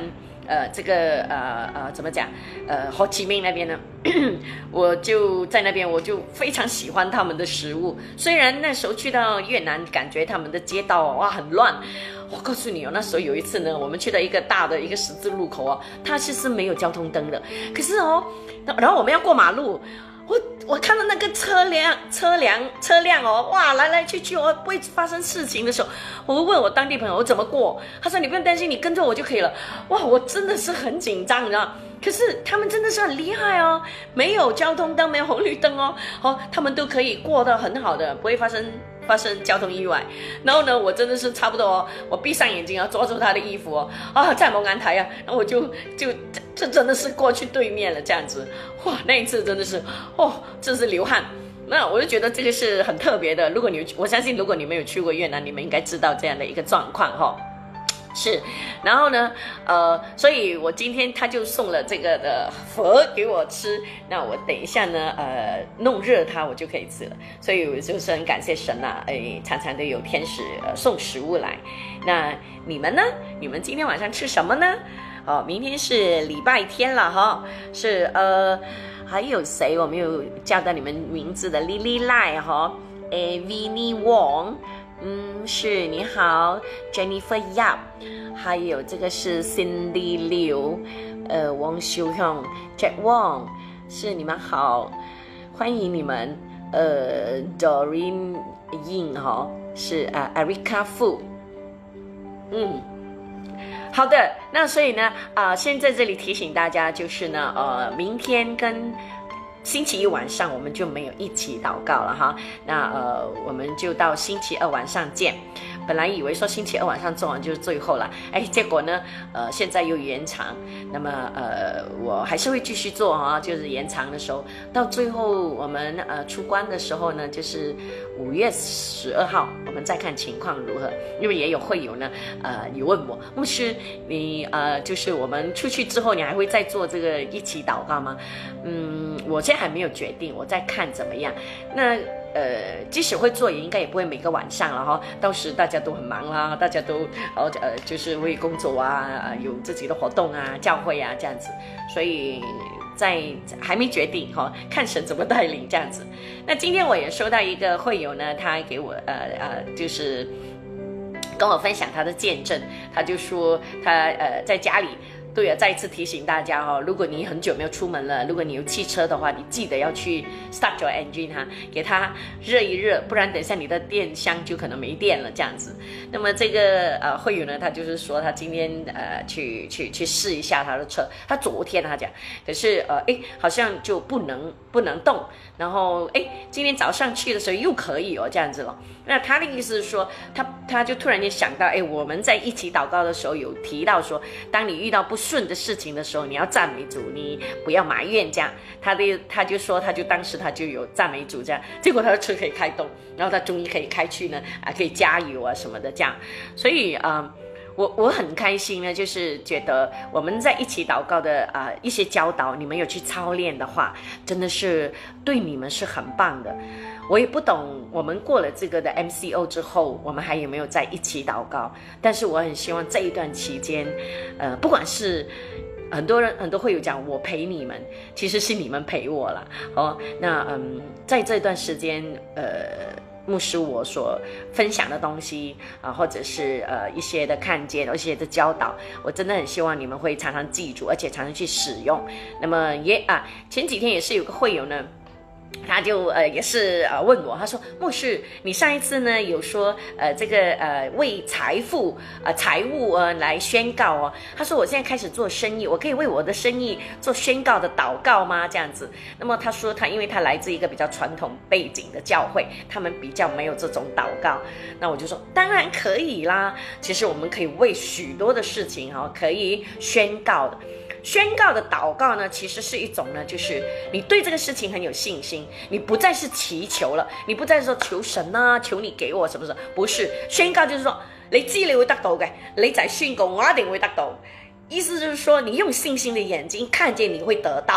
呃这个呃呃怎么讲呃hồ chí minh那边呢，我就在那边我就非常喜欢他们的食物。虽然那时候去到越南，感觉他们的街道哇很乱。我告诉你哦，那时候有一次呢，我们去到一个大的一个十字路口哦，它其实没有交通灯的，可是哦，然后我们要过马路。我我看到那个车辆车辆车辆哦，哇，来来去去哦，不会发生事情的时候，我会问我当地朋友我怎么过，他说你不用担心，你跟着我就可以了。哇，我真的是很紧张，你知道。可是他们真的是很厉害哦，没有交通灯，没有红绿灯哦，哦，他们都可以过得很好的，不会发生发生交通意外。然后呢，我真的是差不多哦，我闭上眼睛啊，抓住他的衣服哦，啊，在蒙安台啊，然后我就就这真的是过去对面了这样子。哇，那一次真的是哦，真是流汗。那我就觉得这个是很特别的。如果你我相信，如果你们有去过越南，你们应该知道这样的一个状况哈、哦。是，然后呢，呃，所以我今天他就送了这个的佛给我吃，那我等一下呢，呃，弄热它，我就可以吃了。所以我就是很感谢神啊，哎，常常都有天使呃送食物来。那你们呢？你们今天晚上吃什么呢？哦，明天是礼拜天了哈，是呃，还有谁我没有叫到你们名字的 ？Lily Lai 哈，诶 ，Vinny Wong。嗯，是你好 ，Jennifer Yap， 还有这个是 Cindy Liu， 呃，王修형，Jack Wong， 是你们好，欢迎你们，呃 ，Doreen Yin 哈，是啊 ，Erica Fu， 嗯。好的，那所以呢，啊、呃，先在这里提醒大家，就是呢，呃，明天跟星期一晚上我们就没有一起祷告了哈，那呃我们就到星期二晚上见。本来以为说星期二晚上做完就是最后了，哎，结果呢，呃，现在又延长，那么呃，我还是会继续做哈，就是延长的时候，到最后我们呃出关的时候呢，就是五月十二号，我们再看情况如何。因为也有会友呢，呃，有问我，牧师，你呃，就是我们出去之后，你还会再做这个一起祷告吗？嗯，我现在还没有决定，我在看怎么样。那。呃，即使会做，也应该也不会每个晚上了哈。到时大家都很忙啦，大家都呃呃，就是为工作啊，有自己的活动啊，教会啊这样子，所以在还没决定哈，看神怎么带领这样子。那今天我也收到一个会友呢，他给我呃呃，就是跟我分享他的见证，他就说他呃在家里。对啊，再一次提醒大家哦，如果你很久没有出门了，如果你有汽车的话，你记得要去 start your engine 哈，给它热一热，不然等一下你的电箱就可能没电了这样子。那么这个呃会友呢，他就是说他今天呃去去去试一下他的车，他昨天他讲，可是呃哎好像就不能不能动，然后哎今天早上去的时候又可以哦这样子了。那他的意思是说，他他就突然间想到，哎，我们在一起祷告的时候有提到说，当你遇到不顺的事情的时候，你要赞美主，你不要埋怨这样。他的他就说，他就当时他就有赞美主这样，结果他的车可以开动，然后他终于可以开去呢，啊，可以加油啊什么的这样。所以啊、呃，我我很开心呢，就是觉得我们在一起祷告的啊、呃、一些教导，你们有去操练的话，真的是对你们是很棒的。我也不懂，我们过了这个的 M C O 之后，我们还有没有在一起祷告？但是我很希望这一段期间，呃，不管是很多人很多会有讲我陪你们，其实是你们陪我啦。哦，那嗯，在这段时间，呃，牧师我所分享的东西啊、呃，或者是呃一些的看见，一些的教导，我真的很希望你们会常常记住，而且常常去使用。那么也啊，前几天也是有个会友呢。他就呃也是呃问我，他说牧师，你上一次呢有说呃这个呃为财富呃财务呃来宣告哦，他说我现在开始做生意，我可以为我的生意做宣告的祷告吗？这样子。那么他说他因为他来自一个比较传统背景的教会，他们比较没有这种祷告。那我就说当然可以啦，其实我们可以为许多的事情哈、哦、可以宣告的。宣告的祷告呢，其实是一种呢，就是你对这个事情很有信心，你不再是祈求了，你不再说求神啊，求你给我什么什么，不是宣告就是说，你知你會得到嘅，你就係宣告我一定會得到，意思就是說，你用信心的眼睛看見你會得到。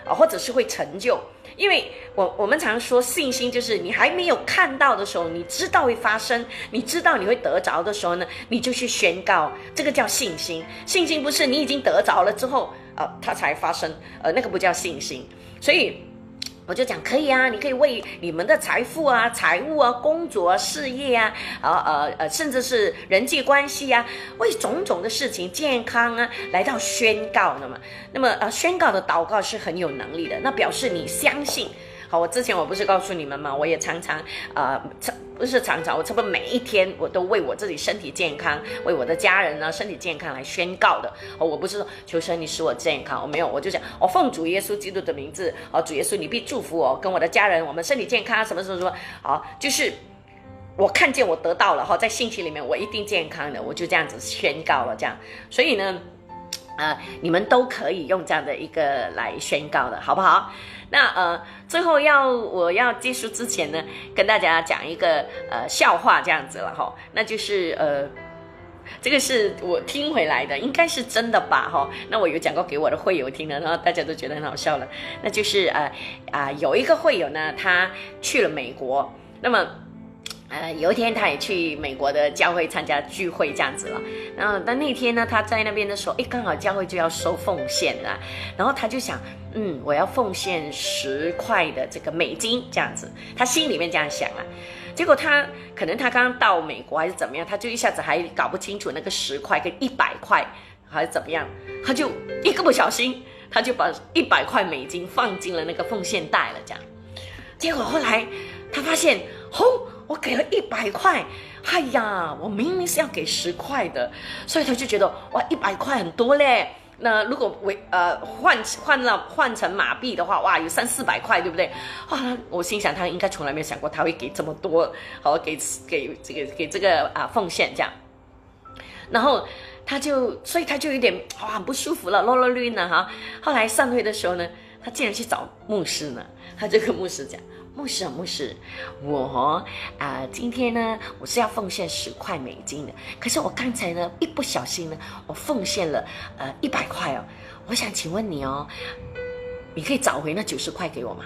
啊，或者是会成就。因为我我们常说信心就是你还没有看到的时候，你知道会发生，你知道你会得着的时候呢，你就去宣告，这个叫信心。信心不是你已经得着了之后，呃，它才发生，呃，那个不叫信心。所以我就讲可以啊，你可以为你们的财富啊、财务啊、工作啊、事业啊，呃呃呃，甚至是人际关系啊，为种种的事情、健康啊，来到宣告的嘛。那么呃，宣告的祷告是很有能力的，那表示你相信。好，我之前我不是告诉你们吗？我也常常呃，不是常常，我差不多每一天我都为我自己身体健康，为我的家人呢身体健康来宣告的。哦，我不是说求神你使我健康，我没有，我就讲我奉主耶稣基督的名字，哦，主耶稣你必祝福我跟我的家人，我们身体健康，什么什么什么，好，就是我看见我得到了哈，在信息里面我一定健康的，我就这样子宣告了，这样，所以呢，呃，你们都可以用这样的一个来宣告的，好不好？那呃，最后要我要结束之前呢，跟大家讲一个呃笑话这样子了哈，那就是呃，这个是我听回来的，应该是真的吧哈。那我有讲过给我的会友听了，然后大家都觉得很好笑了。那就是呃啊、呃，有一个会友呢，他去了美国，那么。呃，有一天他也去美国的教会参加聚会这样子了，然后但那天呢，他在那边的时候，哎，刚好教会就要收奉献了，然后他就想，嗯，我要奉献十块的这个美金这样子，他心里面这样想啊。结果他可能他刚刚到美国还是怎么样，他就一下子还搞不清楚那个十块跟一百块还是怎么样，他就一个不小心，他就把一百块美金放进了那个奉献袋了，这样。结果后来他发现，哦。我给了一百块，哎呀，我明明是要给十块的，所以他就觉得哇，一百块很多嘞。那如果为呃换换了换成马币的话，哇，有三四百块，对不对？啊，我心想他应该从来没有想过他会给这么多，好给给这个给这个啊奉献这样。然后他就，所以他就有点哇很不舒服了，落落绿呢哈。后来散会的时候呢，他竟然去找牧师呢，他就跟牧师讲。牧师啊，牧师，我哦啊、呃，今天呢，我是要奉献十块美金的，可是我刚才呢，一不小心呢，我奉献了呃一百块哦。我想请问你哦，你可以找回那九十块给我吗？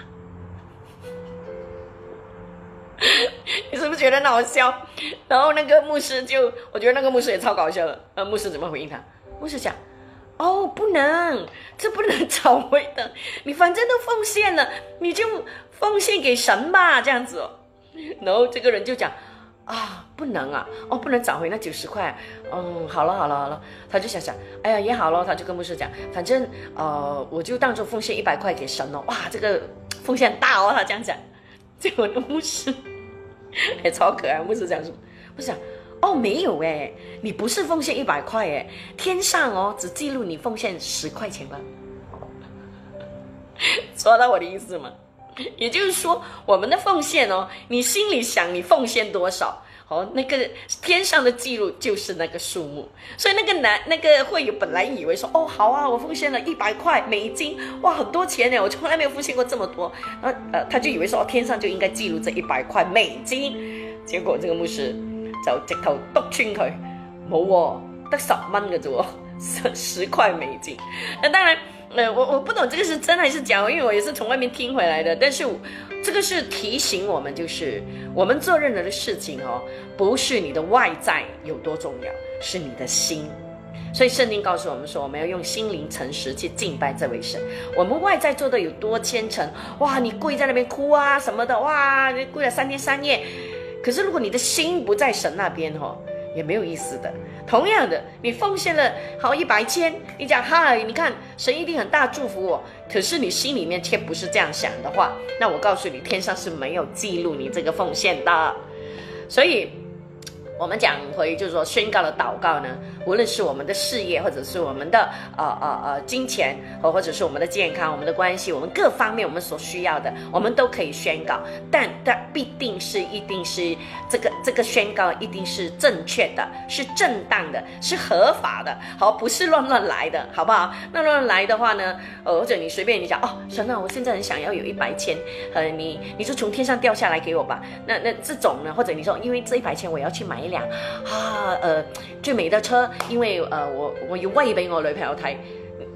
你是不是觉得很好笑？然后那个牧师就，我觉得那个牧师也超搞笑的。呃，牧师怎么回应他？牧师讲。哦，不能，这不能找回的。你反正都奉献了，你就奉献给神吧，这样子哦。然后这个人就讲啊，不能啊，哦，不能找回那九十块。嗯，好了好了好了，他就想想，哎呀也好了，他就跟牧师讲，反正呃，我就当作奉献一百块给神哦。哇，这个奉献大哦，他这样讲。结果那牧师也超可爱，牧师讲什么？牧师讲。哦，没有哎，你不是奉献一百块哎，天上哦只记录你奉献十块钱吧。抓到我的意思吗？也就是说，我们的奉献哦，你心里想你奉献多少，哦，那个天上的记录就是那个数目。所以那个男那个会友本来以为说，哦好啊，我奉献了一百块美金，哇，很多钱呢，我从来没有奉献过这么多。然后呃，他就以为说，哦，天上就应该记录这一百块美金。结果这个牧师。就直頭篤穿佢，冇喎，得十蚊嘅啫喎，十十塊美金。那當然，呃，我我不懂這個是真還是假，因為我也是從外面聽回來的。但是這個是提醒我們，就是我們做任何的事情哦，不是你的外在有多重要，是你的心。所以聖經告訴我們說，我們要用心靈誠實去敬拜這位神。我們外在做的有多虔誠，哇，你跪在那邊哭啊什麼的，哇，你跪了三天三夜。可是如果你的心不在神那邊哦，也沒有意思的。同樣的，你奉獻了好一百千，你講嗨，你看神一定很大祝福我，可是你心裡面卻不是這樣想的話，那我告訴你，天上是沒有記錄你這個奉獻的。所以我們講回就是說宣告的禱告呢，無論是我們的事業，或者是我們的呃呃呃金錢，或者是我們的健康、我們的關係，我們各方面我們所需要的，我們都可以宣告。但但必定是一定是這個這個宣告一定是正確的，是正當的，是合法的，好，不是亂亂來的，好不好？那亂亂來的話呢，呃或者你隨便你講哦，神啊，我現在很想要有一百千，呃你你就從天上掉下來給我吧。那那這種呢，或者你說因為這一百千我要去買一輛啊呃最美的車，因為呃我我要威俾我女朋友睇。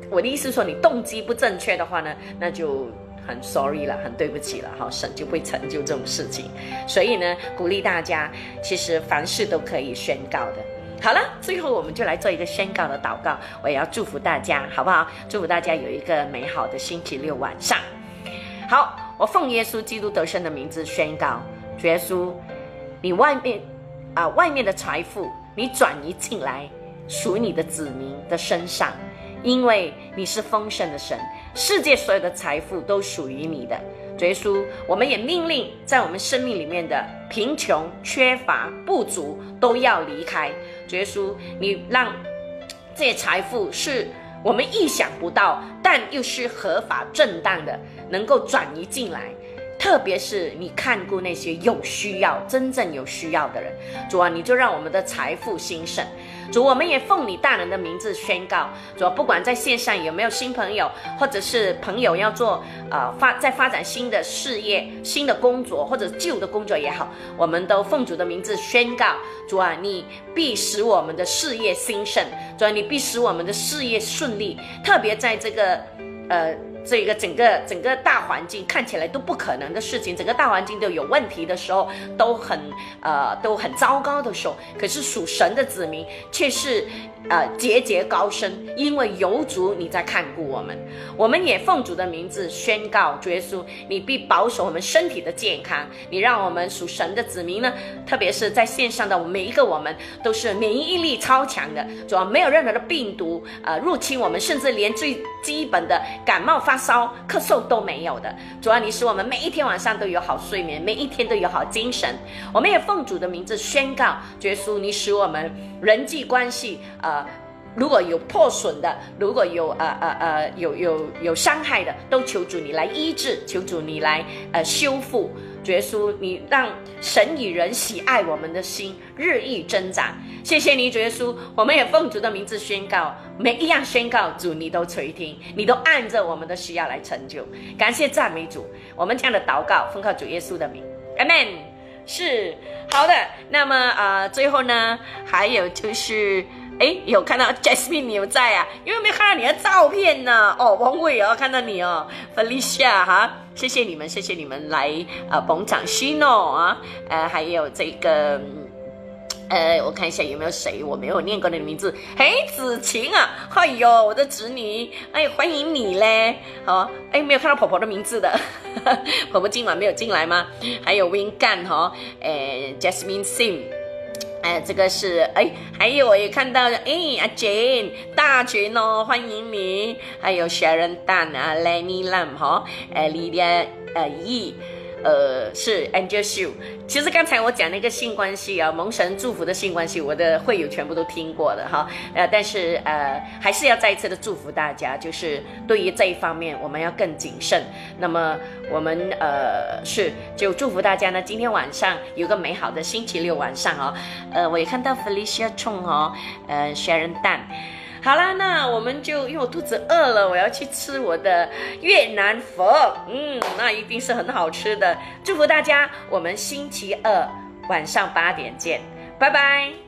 我的意思说，你动机不正确的话呢，那就很 sorry 了，很对不起了哈，神就会成就这种事情。所以呢，鼓励大家，其实凡事都可以宣告的。好了，最后我们就来做一个宣告的祷告，我也要祝福大家，好不好？祝福大家有一个美好的星期六晚上。好，我奉耶稣基督得胜的名字宣告，主耶稣，你外面啊、呃、外面的财富，你转移进来，属你的子民的身上，因为你是丰盛的神，世界所有的财富都属于你的。主耶稣，我们也命令在我们生命里面的贫穷、缺乏、不足都要离开。主耶稣，你让这些财富是我们意想不到，但又是合法正当的，能够转移进来。特别是你看顾那些有需要、真正有需要的人，主啊，你就让我们的财富兴盛。主，我们也奉你大能的名字宣告，主啊，不管在线上有没有新朋友，或者是朋友要做呃发在发展新的事业、新的工作，或者旧的工作也好，我们都奉主的名字宣告，主啊，你必使我们的事业兴盛，主啊，你必使我们的事业顺利，特别在这个呃。这个整个整个大环境看起来都不可能的事情，整个大环境都有问题的时候，都很呃都很糟糕的时候，可是属神的子民却是呃节节高升，因为有主你在看顾我们。我们也奉主的名字宣告，主耶稣，你必保守我们身体的健康，你让我们属神的子民呢，特别是在线上的每一个我们都是免疫力超强的，主要没有任何的病毒呃入侵我们，甚至连最基本的感冒发烧咳嗽都没有的。主啊，你使我们每一天晚上都有好睡眠，每一天都有好精神。我们也奉主的名字宣告，主耶稣，你使我们人际关系呃如果有破损的，如果有呃呃呃有有有伤害的，都求主你来医治，求主你来呃修复。主耶稣，你让神与人喜爱我们的心日益增长。谢谢你，主耶稣，我们也奉主的名字宣告，每一样宣告，主你都垂听，你都按着我们的需要来成就。感谢赞美主，我们这样的祷告奉靠主耶稣的名 ，Amen。是好的，那么呃最后呢，还有就是哎，有看到 Jasmine 你有在啊？有没有看到你的照片呢？哦，王伟哦，看到你哦 ，Felicia 哈，谢谢你们，谢谢你们来呃捧场 Shino 啊，呃还有这个。呃，我看一下有没有谁我没有念过你的名字。嘿，子晴啊，哎呦，我的侄女，哎，欢迎你嘞！好、哦，哎，没有看到婆婆的名字的，婆婆今晚没有进来吗？还有 Win 干哈，呃 ，Jasmine Sim。哎，这个是哎，还有我也看到，哎，阿 Jane 大群哦，欢迎你，还有 Sharon Dan 啊 ，Lenny Lam 哈，呃，Lydia 呃 E， 呃是 Angel Shu。其实刚才我讲那个性关系啊，蒙神祝福的性关系，我的会友全部都听过的哈，呃，但是呃还是要再一次的祝福大家，就是对于这一方面我们要更谨慎。那么我们呃是就祝福大家呢，今天晚上有个美好的星期六晚上哦。呃，我也看到 Felicia Chong 哦，呃 Sharon Dan。好啦，那我们就因为我肚子饿了，我要去吃我的越南粉，嗯，那一定是很好吃的。祝福大家，我们星期二晚上八点见，拜拜。